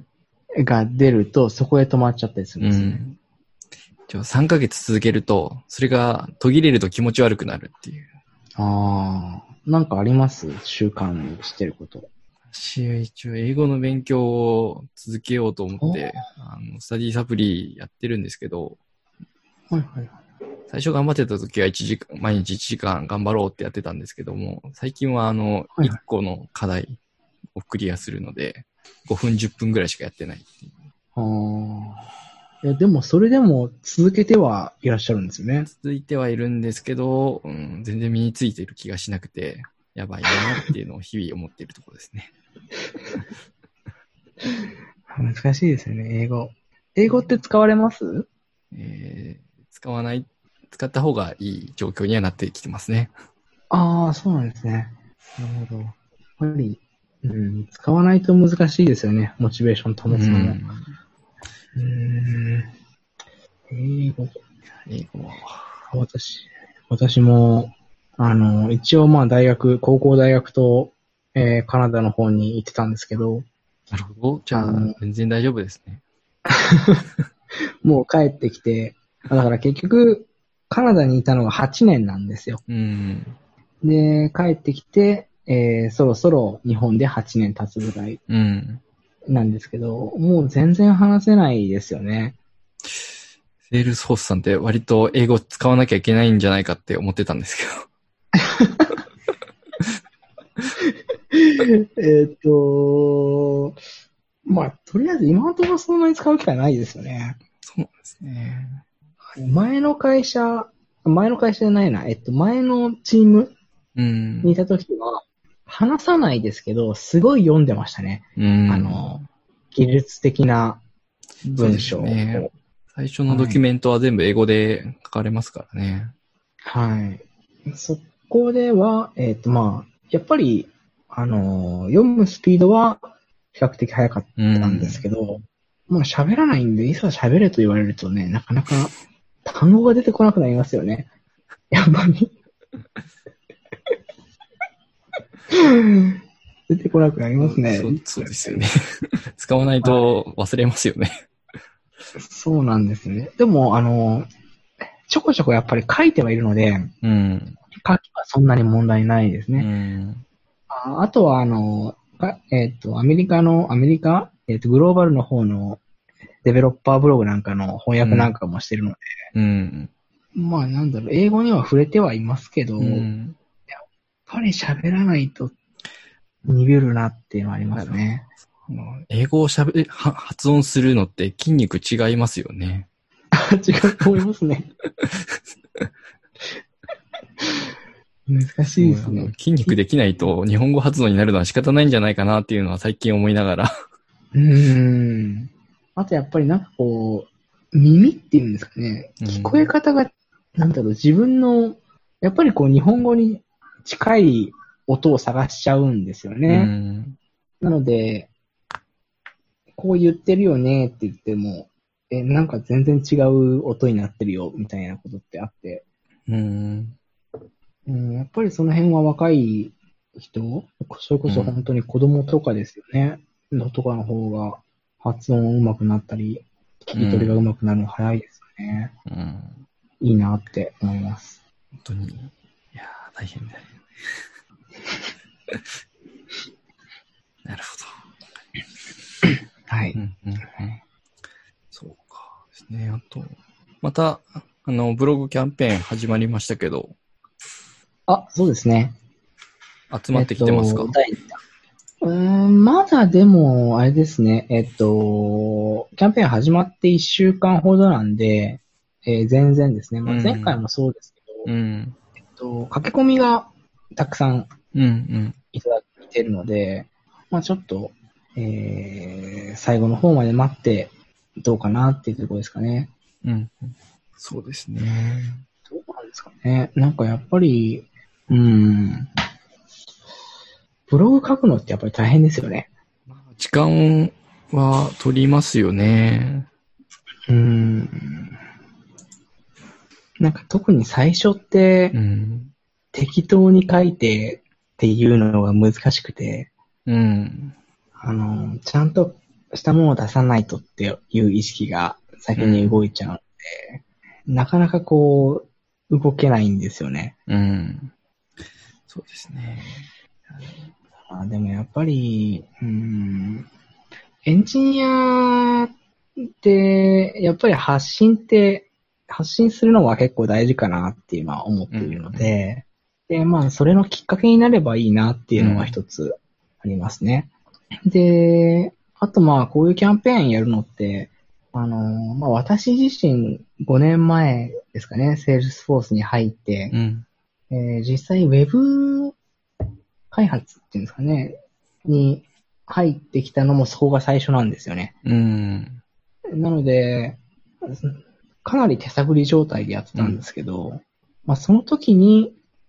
Speaker 2: が出ると、そこへ止まっちゃったりするん
Speaker 1: う
Speaker 2: ですね。
Speaker 1: ん。ちょさんかげつ続けると、それが途切れると気持ち悪くなるっていう。
Speaker 2: ああ、なんかあります習慣にしてること。
Speaker 1: 私は一応英語の勉強を続けようと思って、あの、スタディサプリやってるんですけど、
Speaker 2: はいはいはい。
Speaker 1: 最初頑張ってた時はいちじかん、毎日いちじかん頑張ろうってやってたんですけども、最近はあの、
Speaker 2: はいはい
Speaker 1: いっこの課題をクリアするので、ごふんじゅっぷんぐらいしかやってないっていう。
Speaker 2: ああ。いや、でもそれでも続けてはいらっしゃるんですよね。
Speaker 1: 続いてはいるんですけど、うん、全然身についている気がしなくて、やばいなっていうのを日々思っているところですね。
Speaker 2: 難しいですよね、英語。英語って使われます？
Speaker 1: えー、使わない、使った方がいい状況にはなってきてますね。
Speaker 2: ああ、そうなんですね。なるほど。やっぱり、うん、使わないと難しいですよね、モチベーション保つのも。うーん、英語。
Speaker 1: 英語は。
Speaker 2: 私、私も、あの、一応まあ大学、高校大学と、えーカナダの方に行ってたんですけど、
Speaker 1: なるほど。じゃあ
Speaker 2: あの、
Speaker 1: 全然大丈夫ですね。
Speaker 2: もう帰ってきて、だから結局、カナダにいたのがはちねんなんですよ。
Speaker 1: うん。
Speaker 2: で、帰ってきて、えーそろそろ日本ではちねん経つぐらい
Speaker 1: うん。
Speaker 2: なんですけど、もう全然話せないですよね。
Speaker 1: セールスフォースさんって割と英語使わなきゃいけないんじゃないかって思ってたんですけど。
Speaker 2: えっと、まあ、とりあえず今のところそんなに使う機会ないですよね。
Speaker 1: そうなんですね。
Speaker 2: 前の会社、前の会社じゃないな、えっと、前のチーム
Speaker 1: うん。
Speaker 2: にいたときは、 話さないですけど、すごい読んでましたね。
Speaker 1: うん。
Speaker 2: あの、技術的な文章を。
Speaker 1: ね、最初のドキュメントは全部英語で書かれますからね。
Speaker 2: はい。そこでは、えっと、まあ、やっぱり、あの、読むスピードは比較的速かったんですけど、まあ喋らないんで、いざ喋れと言われるとね、なかなか単語が出てこなくなりますよね。やっぱり。出てこなくなりますね。
Speaker 1: そう、そうですよね。使わないと忘れますよね。
Speaker 2: そうなんですね。でも、あの、ちょこちょこやっぱり書いてはいるので、
Speaker 1: うん。
Speaker 2: 書きはそんなに問題ないですね。
Speaker 1: うん。
Speaker 2: あ, あとは、あの、えっ、と、アメリカの、アメリカ、えっ、と、グローバルの方のデベロッパーブログなんかの翻訳なんかもしてるので、
Speaker 1: うん。
Speaker 2: まあなんだろう、英語には触れてはいますけど、
Speaker 1: うん、
Speaker 2: やっぱり喋らないと鈍るなっていうのはありますね。
Speaker 1: 英語を喋れ、発音するのって筋肉違いますよね。
Speaker 2: 違うと思いますね。難しいですね。
Speaker 1: 筋肉できないと日本語発音になるのは仕方ないんじゃないかなっていうのは最近思いながら。
Speaker 2: うーん。あとやっぱりなんかこう、耳っていうんですかね。聞こえ方が、なんだろう、自分の、やっぱりこう日本語に近い音を探しちゃうんですよね。うん、なので、こう言ってるよねって言っても、え、なんか全然違う音になってるよみたいなことってあって。うんうん、やっぱりその辺は若い人、それこそ本当に子供とかですよね。のとかの方が発音上手くなったり、聞き取りが上手くなるの早いですよね。うん、いいなって思います。
Speaker 1: 本当に。いやー、大変だよ。なるほ
Speaker 2: ど。はい、うんうん。
Speaker 1: そうかですね。あと、また、あの、ブログキャンペーン始まりましたけど。
Speaker 2: あ、そうですね。
Speaker 1: 集まってきてますか？えっ
Speaker 2: と、うーん、まだでも、あれですね。えっと、キャンペーン始まっていっしゅうかんほどなんで、えー、全然ですね。まあ、前回もそうですけど、うん、えっと、書き込みがたくさんいただいているので、うんうん、まあちょっと、えー、最後の方まで待ってどうかなっていうところですかね。
Speaker 1: うん。そうですね。
Speaker 2: どうなんですかね。なんかやっぱり、うーん、ブログ書くのってやっぱり大変ですよね。
Speaker 1: 時間は取りますよね。
Speaker 2: うーん。なんか特に最初って、うん、適当に書いてっていうのが難しくて、うん、あの、ちゃんとしたものを出さないとっていう意識が先に動いちゃうので、うん、なかなかこう、動けないんですよね。うん。
Speaker 1: そうですね。
Speaker 2: あ、でもやっぱり、うん、エンジニアって、やっぱり発信って、発信するのは結構大事かなっていうのは思っているので、うんうん、で、まあ、それのきっかけになればいいなっていうのが一つありますね。うん、で、あとまあ、こういうキャンペーンやるのって、あの、まあ、私自身ごねんまえですかね、セールスフォースに入って、うんえー、実際ウェブ開発っていうんですかね、に入ってきたのもそこが最初なんですよね。うん、なので、かなり手探り状態でやってたんですけど、うん、まあその時に、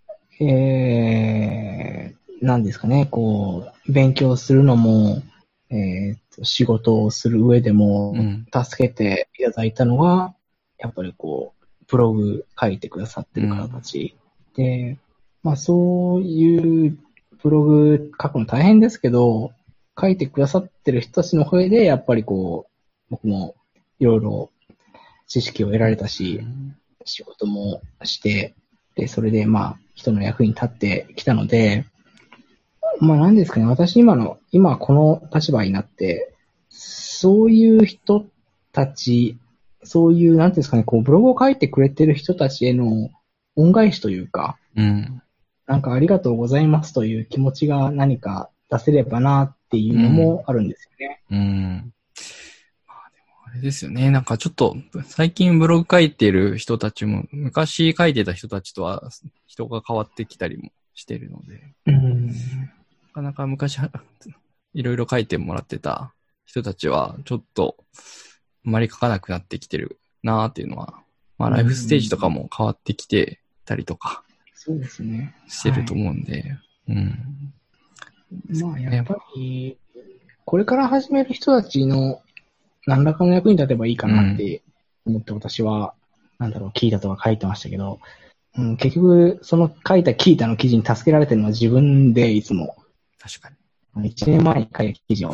Speaker 2: えー、何ですかね、こう、勉強するのも、えー、仕事をする上でも、助けていただいたのが、うん、やっぱりこう、ブログ書いてくださってる方たち、うん、で、まあそういうブログ書くの大変ですけど、書いてくださってる人たちのおかげで、やっぱりこう、僕もいろいろ知識を得られたし、仕事もして、で、それでまあ、人の役に立ってきたので、まあ何ですかね、私今の、今この立場になって、そういう人たち、そういう、なんていうんですかね、こう、ブログを書いてくれてる人たちへの恩返しというか、うん、なんかありがとうございますという気持ちが何か出せればなっていうのもあるんですよね。うん。うん
Speaker 1: あれですよね。なんかちょっと、最近ブログ書いてる人たちも、昔書いてた人たちとは人が変わってきたりもしてるので。うん。 かなか昔いろいろ書いてもらってた人たちはちょっとあまり書かなくなってきてるなーっていうのは、まあライフステージとかも変わってきてたりとか
Speaker 2: そうですね。
Speaker 1: してると思うんで、はい、うん。
Speaker 2: まあやっぱりこれから始める人たちの何らかの役に立てばいいかなって思って私は、うん、なんだろう、キータとか書いてましたけど、うん、結局その書いたキータの記事に助けられてるのは自分でいつも。
Speaker 1: 確かに。
Speaker 2: 一年前に書いた記事を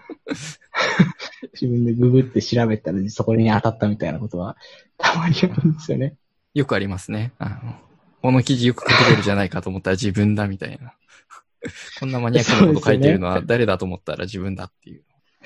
Speaker 2: 自分でググって調べたらそこに当たったみたいなことはたまにあるんですよね。
Speaker 1: よくありますね。あのこの記事よく書けてるじゃないかと思ったら自分だみたいな。こんなマニアックなこと書いてるのは誰だと思ったら自分だっていう。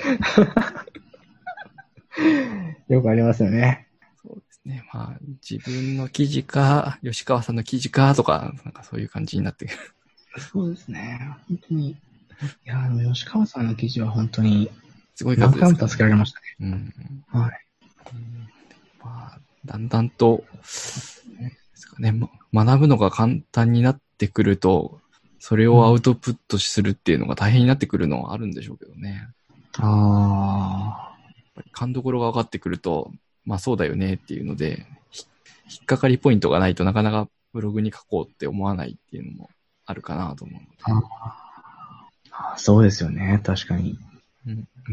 Speaker 2: よくありますよね。
Speaker 1: そうですね。まあ自分の記事か、吉川さんの記事かとか、なんかそういう感じになってくる。
Speaker 2: そうですね。本当に。いや、あの、吉川さんの記事は本当に、
Speaker 1: すごい数ですね。
Speaker 2: 何回も助けられましたね。
Speaker 1: うん。
Speaker 2: はい。
Speaker 1: うん、まあ、だんだんと、ですかね、学ぶのが簡単になってくると、それをアウトプットするっていうのが大変になってくるのはあるんでしょうけどね。
Speaker 2: ああ。
Speaker 1: やっぱり勘どころが分かってくると、まあそうだよねっていうので、引っかかりポイントがないとなかなかブログに書こうって思わないっていうのもあるかなと思うので。
Speaker 2: ああ、そうですよね。確かに。
Speaker 1: うん。
Speaker 2: うん、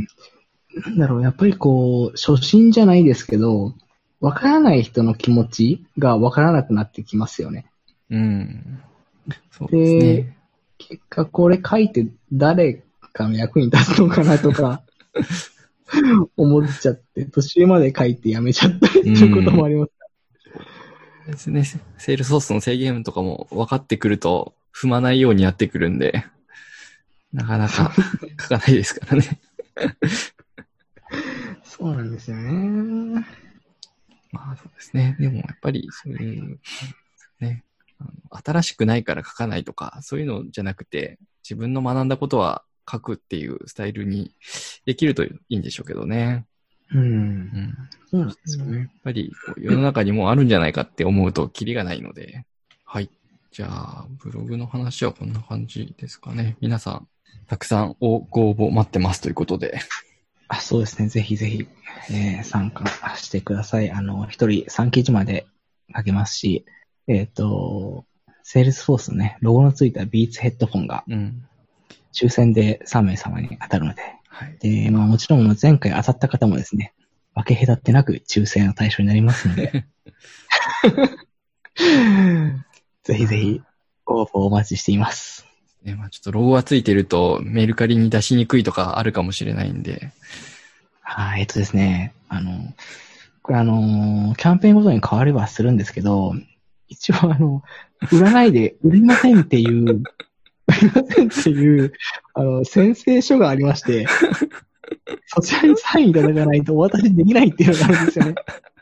Speaker 2: なんだろう、やっぱりこう、初心じゃないですけど、わからない人の気持ちがわからなくなってきますよね。
Speaker 1: うん。そうですね。で、
Speaker 2: 結果これ書いて誰かの役に立つのかなとか、思っちゃって、途中まで書いてやめちゃったりすることもあります。
Speaker 1: ですね。セールスソースの制限とかも分かってくると踏まないようになってくるんで、なかなか書かないですからね。
Speaker 2: そうなんですよね。
Speaker 1: まあそうですね。でもやっぱりそういうね、あの新しくないから書かないとか、そういうのじゃなくて、自分の学んだことは書くっていうスタイルにできるといいんでしょうけどね。
Speaker 2: うん。うん、
Speaker 1: そうなんですよね。やっぱり世の中にもあるんじゃないかって思うとキリがないので。はい。じゃあ、ブログの話はこんな感じですかね。皆さん、たくさんご応募待ってますということで。
Speaker 2: あ、そうですね。ぜひぜひ、えー、参加してください。あの、一人さん記事まで書けますし、えっと、セールスフォースのね、ロゴのついたビーツヘッドフォンが、抽選でさん名様に当たるので、はい、で、まあもちろん前回当たった方もですね、分け隔ってなく抽選の対象になりますので、ぜひぜひご応募お待ちしています。
Speaker 1: ね、まあちょっとロゴがついてるとメルカリに出しにくいとかあるかもしれないんで。
Speaker 2: はい、えっとですね、あの、これあの、キャンペーンごとに変われはするんですけど、一応あの、売らないで売りませんっていう、売りませんっていう、あの、宣誓書がありまして、そちらにサインいただかないとお渡しできないっていうのがあるんですよね。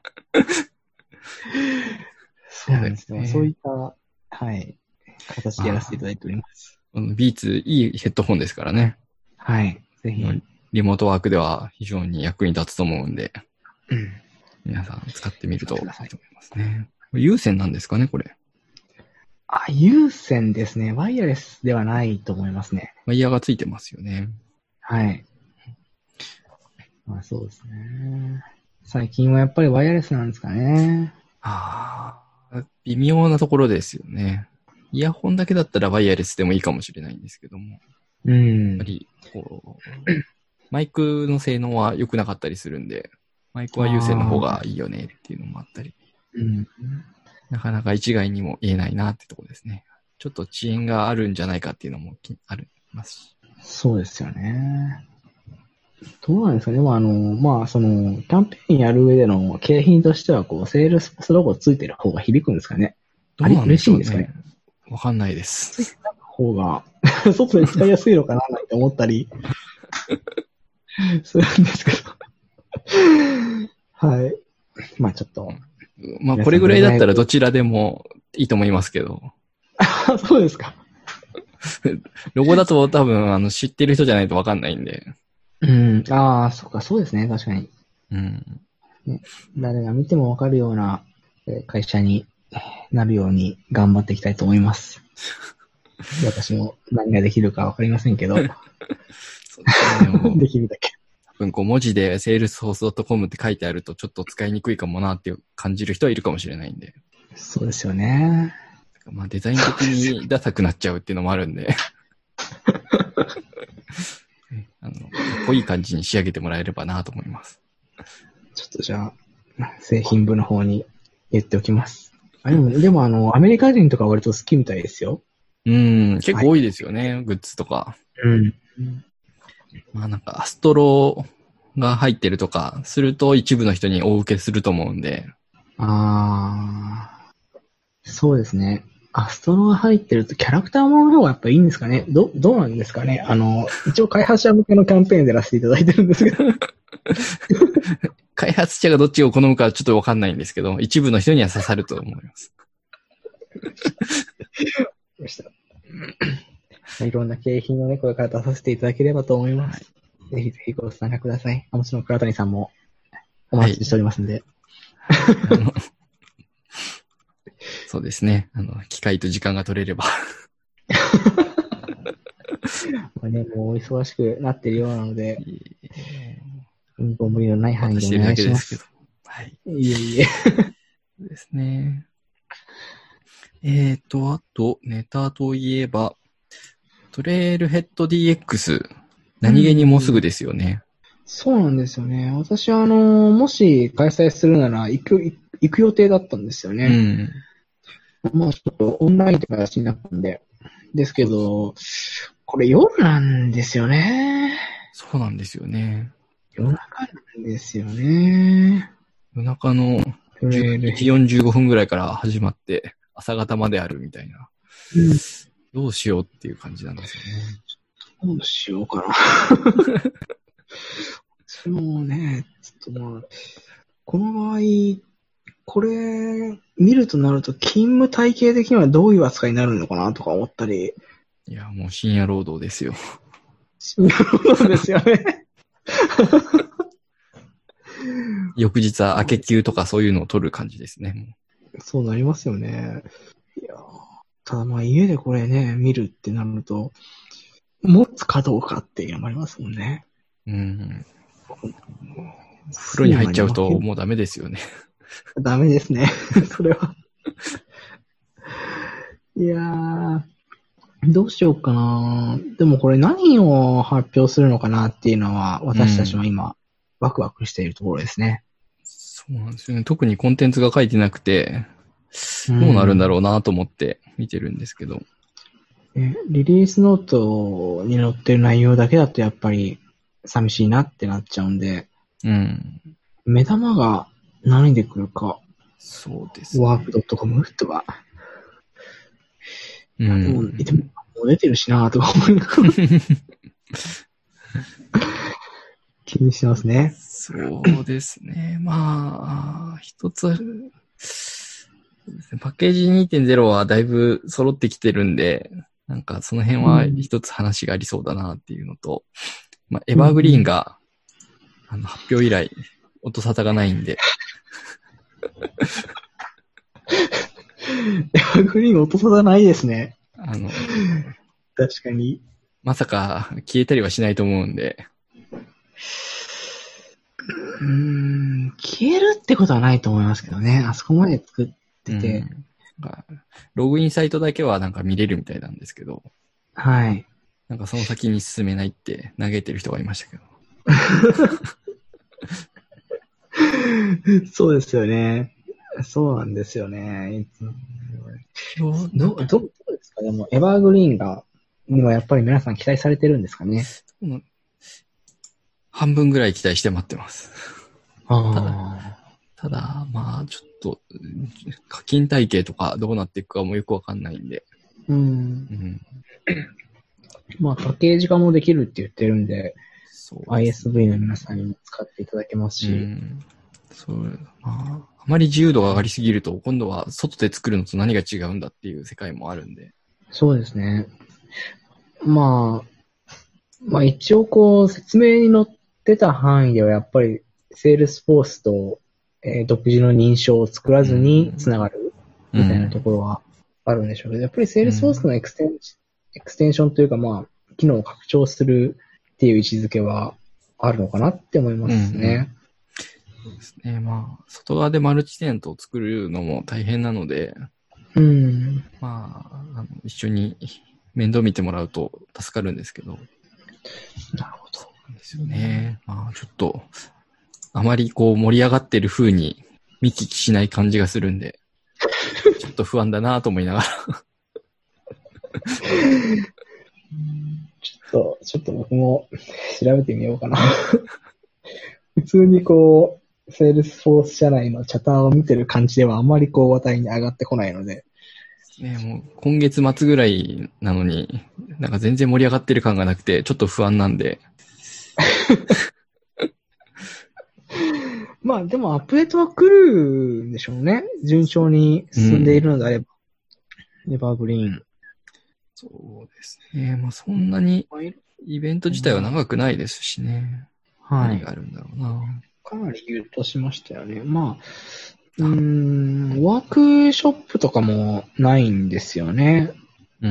Speaker 2: そうなんですね。そういった、はい、形でやらせていただいております。
Speaker 1: ビーツいいヘッドホンですからね。
Speaker 2: はい。ぜひ。
Speaker 1: リモートワークでは非常に役に立つと思うんで、
Speaker 2: うん、
Speaker 1: 皆さん使ってみるといいと思いますね。有線なんですかね、これ。
Speaker 2: あ、有線ですね。ワイヤレスではないと思いますね。
Speaker 1: ワイヤーがついてますよね。
Speaker 2: はい。まあそうですね。最近はやっぱりワイヤレスなんですかね。
Speaker 1: ああ、微妙なところですよね。イヤホンだけだったらワイヤレスでもいいかもしれないんですけども。
Speaker 2: うん。
Speaker 1: やっぱり、こう、マイクの性能は良くなかったりするんで、マイクは有線の方がいいよねっていうのもあったり。
Speaker 2: うん。
Speaker 1: なかなか一概にも言えないなってところですね。ちょっと遅延があるんじゃないかっていうのもありますし。
Speaker 2: そうですよね。どうなんですかね。まあ、あの、まあ、その、キャンペーンやる上での景品としては、こう、セールスロゴついてる方が響くんですかね。
Speaker 1: どうなんでしょうね。
Speaker 2: 嬉しいんですかね。
Speaker 1: わかんないです。
Speaker 2: ついてた方が、外で使いやすいのかなって思ったりするんですけど。はい。まあちょっと。
Speaker 1: まあこれぐらいだったらどちらでもいいと思いますけど。
Speaker 2: そうですか。
Speaker 1: ロゴだと多分あの知ってる人じゃないとわかんないんで。
Speaker 2: うん。ああ、そっか、そうですね。確かに。
Speaker 1: うん。
Speaker 2: ね、誰が見てもわかるような会社になるように頑張っていきたいと思います。 私も何ができるかわかりませんけど。
Speaker 1: そうですね。
Speaker 2: できるだけ。
Speaker 1: 多分こう文字で セールスフォースドットコム って書いてあるとちょっと使いにくいかもなって感じる人はいるかもしれないんで。
Speaker 2: そうですよね。
Speaker 1: まあデザイン的にダサくなっちゃうっていうのもあるんで。あの、かっこいい感じに仕上げてもらえればなと思います。
Speaker 2: ちょっとじゃあ、製品部の方に言っておきます。あでも、でもあの、アメリカ人とか割と好きみたいですよ。
Speaker 1: うん、結構多いですよね、はい、グッズとか。
Speaker 2: うん。
Speaker 1: まあなんかアストロが入ってるとかすると一部の人に大受けすると思うんで。
Speaker 2: ああ、そうですね。アストロが入ってるとキャラクターものの方がやっぱいいんですかね。ど、どうなんですかね。あの、一応開発者向けのキャンペーンでやらせていただいてるんですけど。
Speaker 1: 開発者がどっちを好むかはちょっとわかんないんですけど、一部の人には刺さると思います。
Speaker 2: ましたいろんな景品をね、これから出させていただければと思います。はい、ぜひぜひご参加ください。もちろん倉谷さんもお待ちしておりますんで。
Speaker 1: はい、あのそうですね。あの、機会と時間が取れれば。
Speaker 2: まあね、もうお忙しくなっているようなので、うんご無理のない範囲でお願いします。
Speaker 1: はい。
Speaker 2: いえいえ。
Speaker 1: ですね。えーと、あと、ネタといえば、トレイルヘッド ディーエックス、何気にもうすぐですよね。
Speaker 2: そうなんですよね。私は、あの、もし開催するなら行く、行く予定だったんですよね。うん。まあ、ちょっとオンラインという形になったんで。ですけど、これ夜なんですよね。
Speaker 1: そうなんですよね。
Speaker 2: 夜中なんですよね。
Speaker 1: 夜中のじゅういちじよんじゅうごふんぐらいから始まって、朝方まであるみたいな。うん、どうしようっていう感じなんですよね。
Speaker 2: どうしようかな。そうね、ちょっとまあ、この場合、これ、見るとなると、勤務体系的にはどういう扱いになるのかなとか思ったり。
Speaker 1: いや、もう深夜労働ですよ。
Speaker 2: 深夜労働ですよね。
Speaker 1: 翌日は明け休とかそういうのを取る感じですね。
Speaker 2: そうなりますよね。いや、ただまあ家でこれね、見るってなると、持つかどうかっていうのもありますもんね。
Speaker 1: うん。風呂に入っちゃうともうダメですよね。
Speaker 2: ダメですね。それは。いやー、どうしようかな。でもこれ何を発表するのかなっていうのは、私たちも今、ワクワクしているところですね。
Speaker 1: そうなんですよね。特にコンテンツが書いてなくて、どうなるんだろうなと思って見てるんですけど。
Speaker 2: え、リリースノートに載ってる内容だけだとやっぱり寂しいなってなっちゃうんで、
Speaker 1: うん。
Speaker 2: 目玉が何で来るか。
Speaker 1: そうですね。
Speaker 2: ワークドットコム とか。
Speaker 1: うん。
Speaker 2: でも、でももう出てるしなぁとか思いながら。気にしてますね。
Speaker 1: そうですね。まあ、一つ、パッケージ にてんゼロ はだいぶ揃ってきてるんで、なんかその辺は一つ話がありそうだなっていうのと、うん、まあ、エバーグリーンが、うん、あの発表以来、音沙汰がないんで。
Speaker 2: エバーグリーン音沙汰ないですね。
Speaker 1: あの、
Speaker 2: 確かに。
Speaker 1: まさか消えたりはしないと思うんで。
Speaker 2: うーん、消えるってことはないと思いますけどね。あそこまで作ってて。うん、
Speaker 1: ログインサイトだけはなんか見れるみたいなんですけど。
Speaker 2: はい。
Speaker 1: なんかその先に進めないって嘆いてる人がいましたけど。
Speaker 2: そうですよね。そうなんですよね。どう、どう、どうですか？でも、エバーグリーンが、にはやっぱり皆さん期待されてるんですかね？
Speaker 1: 半分ぐらい期待して待ってます。
Speaker 2: あ
Speaker 1: ただ、ただ、まあ、ちょっと、課金体系とかどうなっていくかもよくわかんないんで。
Speaker 2: うん。うん、まあ、パッケージ化もできるって言ってるんで、そうですね、アイエスブイ の皆さんにも使っていただけますし。うん、
Speaker 1: そう、まあ、あまり自由度が上がりすぎると、今度は外で作るのと何が違うんだっていう世界もあるんで。
Speaker 2: そうですね。まあ、まあ一応こう、説明に載ってた範囲ではやっぱり、セールスフォースと、えー、独自の認証を作らずにつながるみたいなところはあるんでしょうけど、やっぱりセールスフォースのエクステンエクステンションというか、まあ、機能を拡張するっていう位置づけはあるのかなって思いますね。
Speaker 1: うんうん、そうですね。まあ、外側でマルチテナントを作るのも大変なので、
Speaker 2: うん。
Speaker 1: まあ、あの一緒に面倒見てもらうと助かるんですけど。
Speaker 2: なるほど。
Speaker 1: そうですよね。まあ、ちょっと、あまりこう盛り上がってる風に見聞きしない感じがするんで、ちょっと不安だなと思いながら。
Speaker 2: ちょっと、ちょっと僕も調べてみようかな。普通にこう、セールスフォース社内のチャターを見てる感じではあんまりこう話題に上がってこないので。
Speaker 1: ね、もう今月末ぐらいなのに、なんか全然盛り上がってる感がなくて、ちょっと不安なんで。
Speaker 2: まあでもアップデートは来るんでしょうね。順調に進んでいるのであれば。うん、エバーグリーン。
Speaker 1: そうですね。まあそんなにイベント自体は長くないですしね。はい。何があるんだろうな。
Speaker 2: かなり言うとしましたよね。まあ、うーん、ワークショップとかもないんですよね。
Speaker 1: うん。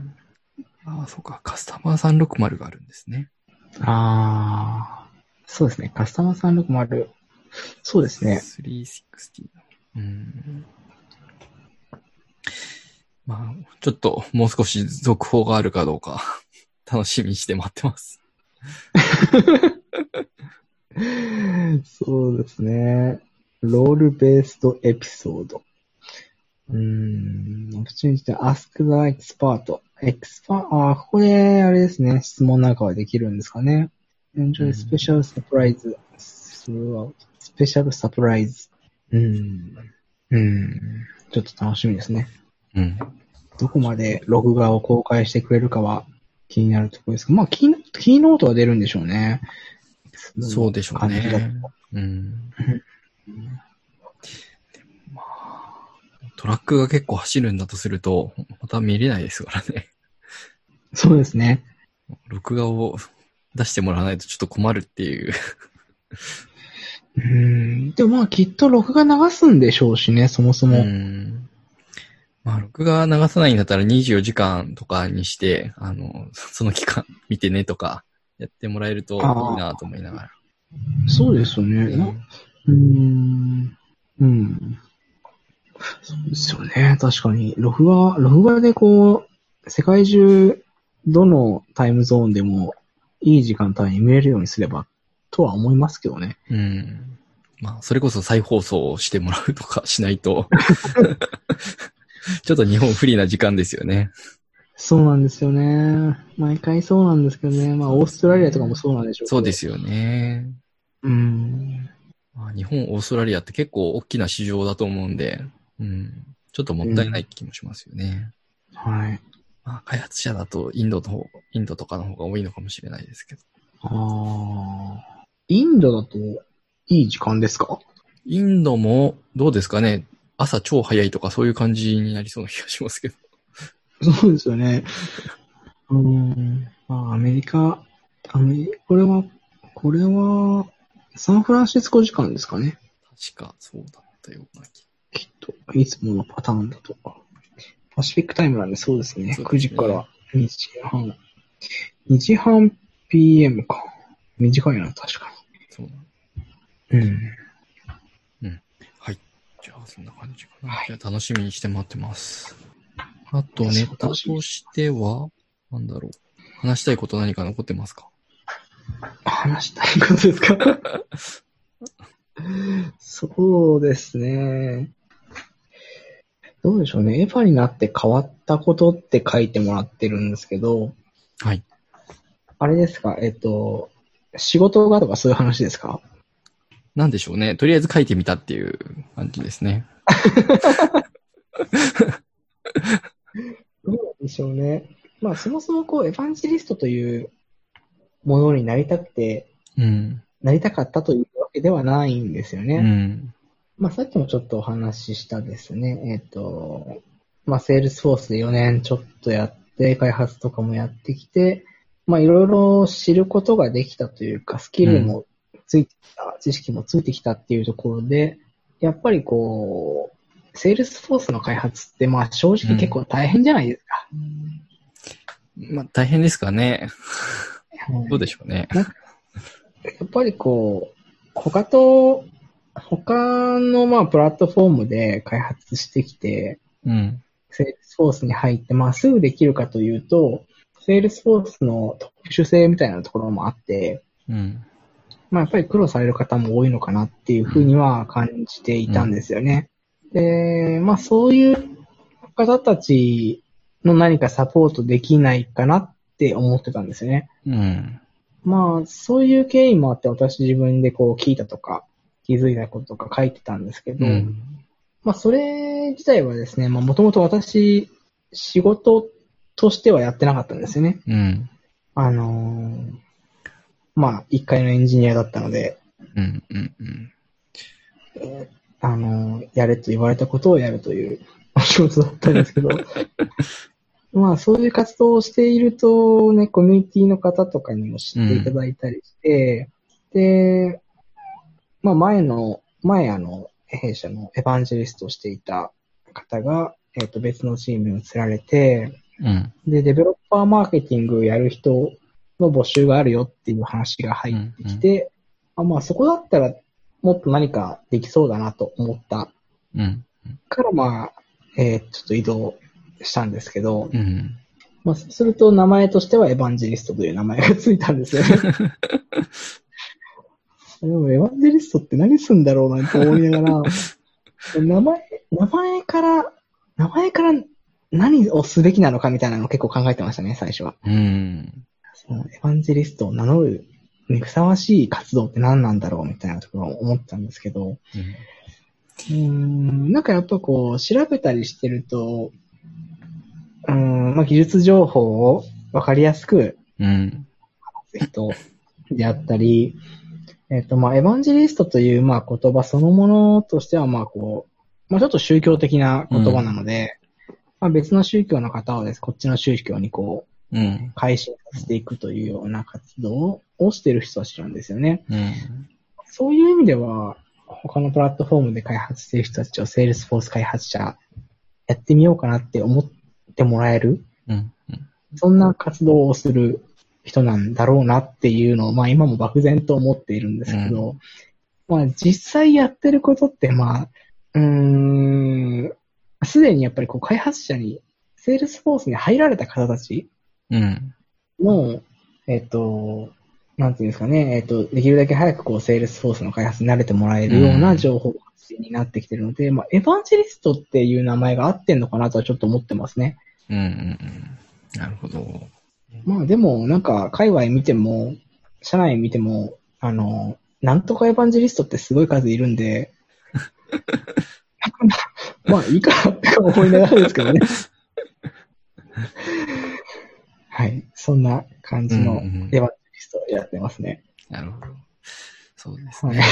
Speaker 1: ああ、そうか。カスタマーさんびゃくろくじゅうがあるんですね。
Speaker 2: ああ、そうですね。カスタマーさんびゃくろくじゅう。そうですね。
Speaker 1: さんびゃくろくじゅう。うん。まあ、ちょっともう少し続報があるかどうか楽しみにして待ってます。
Speaker 2: そうですね。ロールベースドエピソード。うーん。オプチュニティ Ask the Expert。エクスパああ、ここで、あれですね。質問なんかはできるんですかね。Enjoy special surprise throughout. Special surprise. うーん。うーん。ちょっと楽しみですね。
Speaker 1: うん。
Speaker 2: どこまでログ画を公開してくれるかは気になるところですが、まあ、キーノート、キーノートは出るんでしょうね。
Speaker 1: そうでしょうね。うん。まあ、トラックが結構走るんだとすると、また見れないですからね。
Speaker 2: そうですね。
Speaker 1: 録画を出してもらわないとちょっと困るっていう。
Speaker 2: うーん。でもまあきっと録画流すんでしょうしね、そもそも。
Speaker 1: うん。まあ、録画流さないんだったらにじゅうよじかんとかにして、あの、その期間見てねとかやってもらえるといいなと思いながら。
Speaker 2: そうですよね。うん。うん。そうですよね。確かに。録画、録画でこう、世界中、どのタイムゾーンでもいい時間帯に見れるようにすれば、とは思いますけどね。
Speaker 1: うん。まあ、それこそ再放送をしてもらうとかしないと、ちょっと日本不利な時間ですよね。
Speaker 2: そうなんですよね。毎回そうなんですけどね。まあ、オーストラリアとかもそうなんでしょうけど。
Speaker 1: そうですよね。
Speaker 2: うん。
Speaker 1: まあ、日本、オーストラリアって結構大きな市場だと思うんで、うん。ちょっともったいない気もしますよね。
Speaker 2: うん、はい。
Speaker 1: まあ、開発者だとインドの方、インドとかの方が多いのかもしれないですけど。
Speaker 2: ああ。インドだといい時間ですか？
Speaker 1: インドもどうですかね。朝超早いとかそういう感じになりそうな気がしますけど。
Speaker 2: そうですよね。うん。まあ、アメリカ、アメリこれは、これは、サンフランシスコ時間ですかね。
Speaker 1: 確かそうだったような気。
Speaker 2: きっと、いつものパターンだとか。パシフィックタイムなんでそうですね。
Speaker 1: そうですね。
Speaker 2: くじからにじはん。にじはん ピーエム か。短いな、確か
Speaker 1: そう
Speaker 2: に。うん。
Speaker 1: うん。はい。じゃあ、そんな感じかな。はい、じゃあ、楽しみにして待ってます。あと、ネタとしては、なんだろう。話したいこと何か残ってますか？
Speaker 2: 話したいことですか？そうですね。どうでしょうね。エヴァになって変わったことって書いてもらってるんですけど。
Speaker 1: はい。
Speaker 2: あれですか、えっと、仕事がとかそういう話ですか？
Speaker 1: なんでしょうね。とりあえず書いてみたっていう感じですね。
Speaker 2: どうでしょうね。まあ、そもそもこう、エヴァンジェリストというものになりたくて、
Speaker 1: うん。
Speaker 2: なりたかったというわけではないんですよね。
Speaker 1: うん。
Speaker 2: まあ、さっきもちょっとお話ししたですね。えっと、まあ、セールスフォースでよねんちょっとやって、開発とかもやってきて、まあ、いろいろ知ることができたというか、スキルもついてきた、うん、知識もついてきたっていうところで、やっぱりこう、セールスフォースの開発って、まあ、正直結構大変じゃないですか。うん、
Speaker 1: まあ、大変ですかね。どうでしょうね。
Speaker 2: やっぱりこう、他と、他のまあプラットフォームで開発してきて、
Speaker 1: うん。
Speaker 2: Salesforce に入ってまあすぐできるかというと、Salesforce の特殊性みたいなところもあって、
Speaker 1: うん。
Speaker 2: まあやっぱり苦労される方も多いのかなっていうふうには感じていたんですよね。うん、で、まあそういう方たちの何かサポートできないかなって思ってたんですよね。
Speaker 1: うん。
Speaker 2: まあそういう経緯もあって私自分でこう聞いたとか気づいたこととか書いてたんですけど、うん、まあそれ自体はですね、まあもともと私仕事としてはやってなかったんですよね。
Speaker 1: うん。
Speaker 2: あのー、まあ一階のエンジニアだったので、
Speaker 1: うんうんうん
Speaker 2: えー、あのー、やれと言われたことをやるというお仕事だったんですけど、まあそういう活動をしているとね、コミュニティの方とかにも知っていただいたりして、うん、で、まあ前の、前あの、弊社のエヴァンジェリストをしていた方が、えっと別のチームに移られて、
Speaker 1: うん、
Speaker 2: で、デベロッパーマーケティングやる人の募集があるよっていう話が入ってきて、うんうん、あまあそこだったらもっと何かできそうだなと思った。
Speaker 1: うん、
Speaker 2: からまあ、えー、ちょっと移動したんですけど、
Speaker 1: うん、
Speaker 2: まあそうすると名前としてはエヴァンジェリストという名前がついたんですよね。でもエヴァンジェリストって何すんだろうなと思いながら、名前、名前から、名前から何をすべきなのかみたいなのを結構考えてましたね、最初は。
Speaker 1: うん。
Speaker 2: そのエヴァンジェリストを名乗るにふさわしい活動って何なんだろうみたいなところを思ったんですけど、うん、うーんなんかやっぱこう、調べたりしてると、うーんまあ、技術情報をわかりやすく話す人であったり、えっと、まあ、エヴァンジェリストという、まあ、言葉そのものとしては、まあ、こう、まあ、ちょっと宗教的な言葉なので、うん、まあ、別の宗教の方をです、こっちの宗教にこう、うん、改心させていくというような活動をしている人たちなんですよね。うん、そういう意味では、他のプラットフォームで開発している人たちを Salesforce 開発者やってみようかなって思ってもらえる、うんうん、そんな活動をする人なんだろうなっていうのを、まあ今も漠然と思っているんですけど、うん、まあ実際やってることって、まあ、うーん、すでにやっぱりこう開発者に、Salesforce に入られた方たちの、うん、えっと、なんていうんですかね、えっと、できるだけ早くこう Salesforce の開発に慣れてもらえるような情報発信になってきてるので、うん、まあエヴァンジェリストっていう名前が合ってんのかなとはちょっと思ってますね。
Speaker 1: うんうんうん。なるほど。
Speaker 2: まあでも、なんか、界隈見ても、社内見ても、あの、なんとかエヴァンジェリストってすごい数いるんで、まあいいかなって思いながらですけどね。はい。そんな感じのエヴァンジェリストをやってますね。
Speaker 1: うんうん、なるほど。そうですね。はい、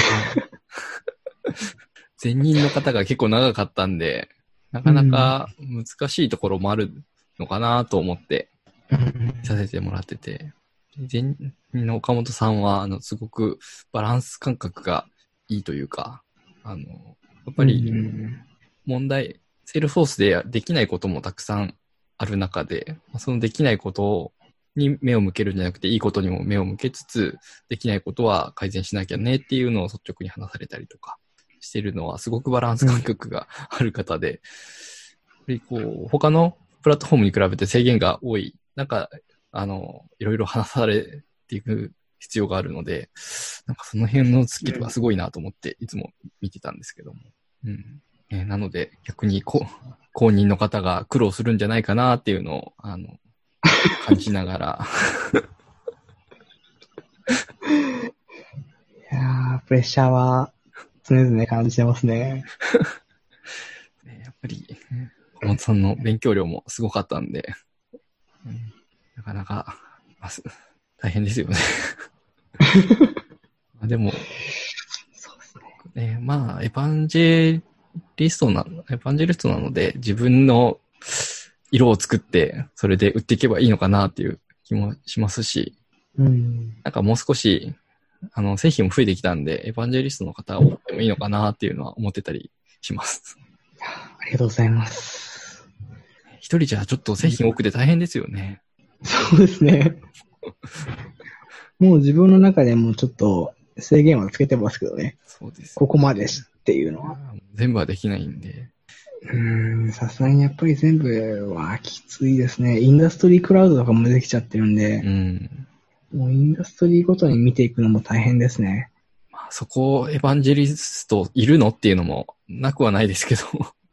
Speaker 1: 前任の方が結構長かったんで、なかなか難しいところもあるのかなと思って、させてもらってて、前任の岡本さんは、あの、すごくバランス感覚がいいというか、あの、やっぱり問題、セールフォースでできないこともたくさんある中で、そのできないことに目を向けるんじゃなくて、いいことにも目を向けつつ、できないことは改善しなきゃねっていうのを率直に話されたりとかしてるのは、すごくバランス感覚がある方で、やっぱりこう、他のプラットフォームに比べて制限が多い、なんか、あの、いろいろ話されていく必要があるので、なんかその辺のスキルがすごいなと思っていつも見てたんですけども。うんえー、なので逆にこ公認の方が苦労するんじゃないかなっていうのを、あの、感じながら。
Speaker 2: いやー、プレッシャーは常々感じてますね。
Speaker 1: やっぱり、岡本さんの勉強量もすごかったんで、うん、なかなか、まあ、大変ですよね。でも、そうですね。ねまあ、エヴァンジェリストな、エヴァンジェリストなので、自分の色を作って、それで売っていけばいいのかなっていう気もしますし、うん、なんかもう少し、あの、製品も増えてきたんで、エヴァンジェリストの方を追ってもいいのかなっていうのは思ってたりします。
Speaker 2: ありがとうございます。
Speaker 1: 一人じゃちょっと製品多くて大変ですよね。
Speaker 2: そうですね。もう自分の中でもちょっと制限はつけてますけどね。
Speaker 1: そうです、ね。
Speaker 2: ここまでっていうのは。
Speaker 1: 全部はできないんで。
Speaker 2: うーん、さすがにやっぱり全部はきついですね。インダストリークラウドとかもできちゃってるんで、
Speaker 1: うん。
Speaker 2: もうインダストリーごとに見ていくのも大変ですね。
Speaker 1: まあ、そこ、エヴァンジェリストいるのっていうのもなくはないですけど。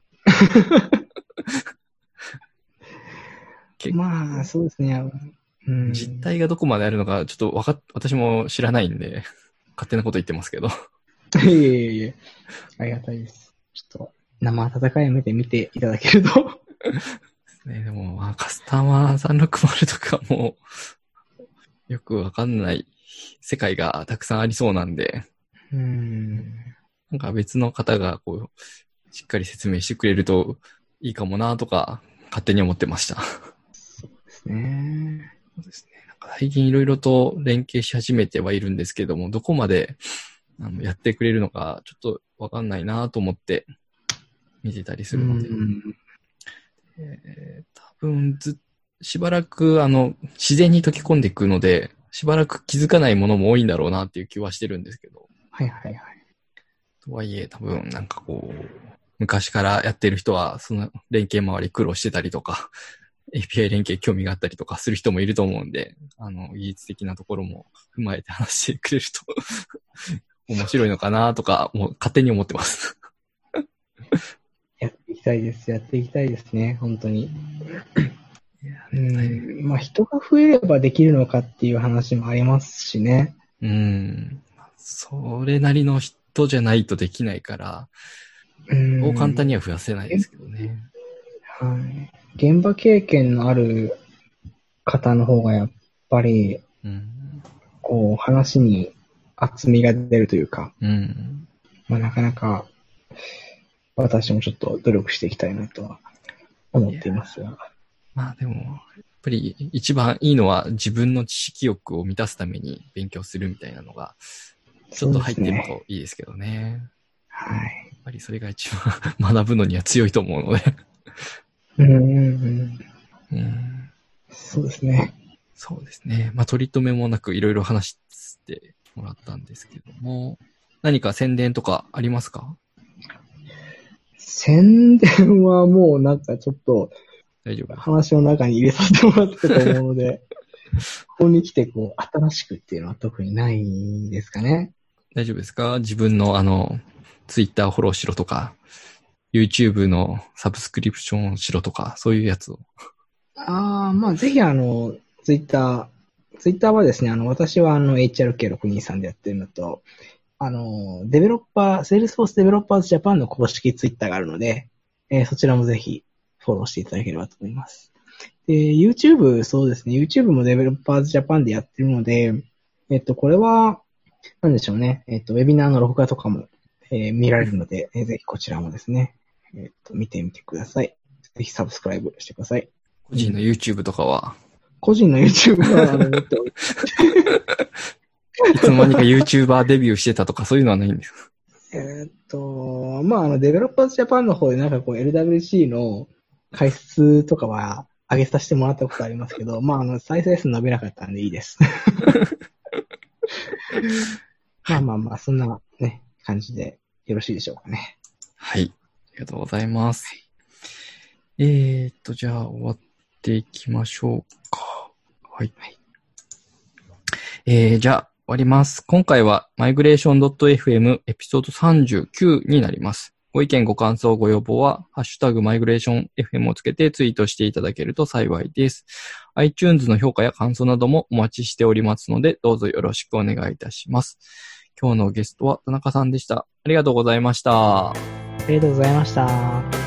Speaker 2: まあ、そうですね。うん、
Speaker 1: 実態がどこまであるのか、ちょっとわかっ、私も知らないんで、勝手なこと言ってますけど。
Speaker 2: いえいえいえ。ありがたいです。ちょっと、生温かい目で見ていただけると。
Speaker 1: ね、でも、まあ、カスタマーさんろくまるとかも、よくわかんない世界がたくさんありそうなんで、
Speaker 2: うん。
Speaker 1: なんか別の方がこう、しっかり説明してくれるといいかもなとか、勝手に思ってました。
Speaker 2: そうですね。
Speaker 1: そうですね。なんか最近いろいろと連携し始めてはいるんですけども、どこまであのやってくれるのかちょっとわかんないなと思って見てたりするので、
Speaker 2: うん
Speaker 1: えー、多分ずしばらくあの自然に溶け込んでいくので、しばらく気づかないものも多いんだろうなっていう気はしてるんですけど。
Speaker 2: はいはいはい。
Speaker 1: とはいえ多分なんかこう、昔からやってる人はその連携周り苦労してたりとか、エーピーアイ 連携興味があったりとかする人もいると思うんで、あの、技術的なところも踏まえて話してくれると面白いのかなとか、もう勝手に思ってます。
Speaker 2: やっていきたいです。やっていきたいですね。本当に。うん。まあ人が増えればできるのかっていう話もありますしね。
Speaker 1: うん。それなりの人じゃないとできないから、
Speaker 2: うん
Speaker 1: そう簡単には増やせないですけどね。
Speaker 2: はい。現場経験のある方の方がやっぱり、
Speaker 1: うん、
Speaker 2: こう話に厚みが出るというか、
Speaker 1: うん、
Speaker 2: まあなかなか私もちょっと努力していきたいなとは思っていますが。
Speaker 1: まあでも、やっぱり一番いいのは自分の知識欲を満たすために勉強するみたいなのが、ちょっと入ってるといいですけどね。
Speaker 2: はい。
Speaker 1: やっぱりそれが一番学ぶのには強いと思うので。
Speaker 2: うんうんうん
Speaker 1: うん。
Speaker 2: そうですね。
Speaker 1: そうですね。まあ取り留めもなくいろいろ話してもらったんですけども、何か宣伝とかありますか？
Speaker 2: 宣伝はもうなんかちょっと
Speaker 1: 大丈夫。
Speaker 2: 話の中に入れさせてもらったと思うので、ここに来てこう新しくっていうのは特にないですかね。
Speaker 1: 大丈夫ですか？自分のあの、ツイッターフォローしろとか、YouTube のサブスクリプションしろとか、そういうやつを。
Speaker 2: ああ、まあぜひあの、ツイッター、ツイッターはですね、あの、私はあの エイチアールケーろくにーさん でやってるのと、あの、デベロッパー、Salesforce Developers Japan の公式ツイッターがあるので、えーそちらもぜひフォローしていただければと思います。で、YouTube、そうですね、YouTube も Developers Japan でやってるので、えっと、これは、なんでしょうね、えっと、ウェビナーの録画とかも、えー見られるので、えーぜひこちらもですね、えっと、見てみてください。ぜひサブスクライブしてください。
Speaker 1: 個人の YouTube とかは、
Speaker 2: 個人の YouTube は、あの、持っており
Speaker 1: いつの間にか YouTuber デビューしてたとかそういうのはないんですか？
Speaker 2: えーっと、まあ、あの、デベロッパーズジャパンの方でなんかこう エルダブリューシー の解説とかは上げさせてもらったことありますけど、まあ、あの、再生数伸びなかったんでいいです。まあまあまあ、そんなね、感じでよろしいでしょうかね。
Speaker 1: はい。ありがとうございます。えーっと、じゃあ終わっていきましょうか。はい。はい、えー、じゃあ終わります。今回は マイグレーション ドット エフエム エピソードさんじゅうきゅうになります。ご意見ご感想ご要望は、ハッシュタグマイグレーション エフエム をつけてツイートしていただけると幸いです。iTunes の評価や感想などもお待ちしておりますので、どうぞよろしくお願いいたします。今日のゲストは田中さんでした。ありがとうございました。
Speaker 2: ありがとうございました。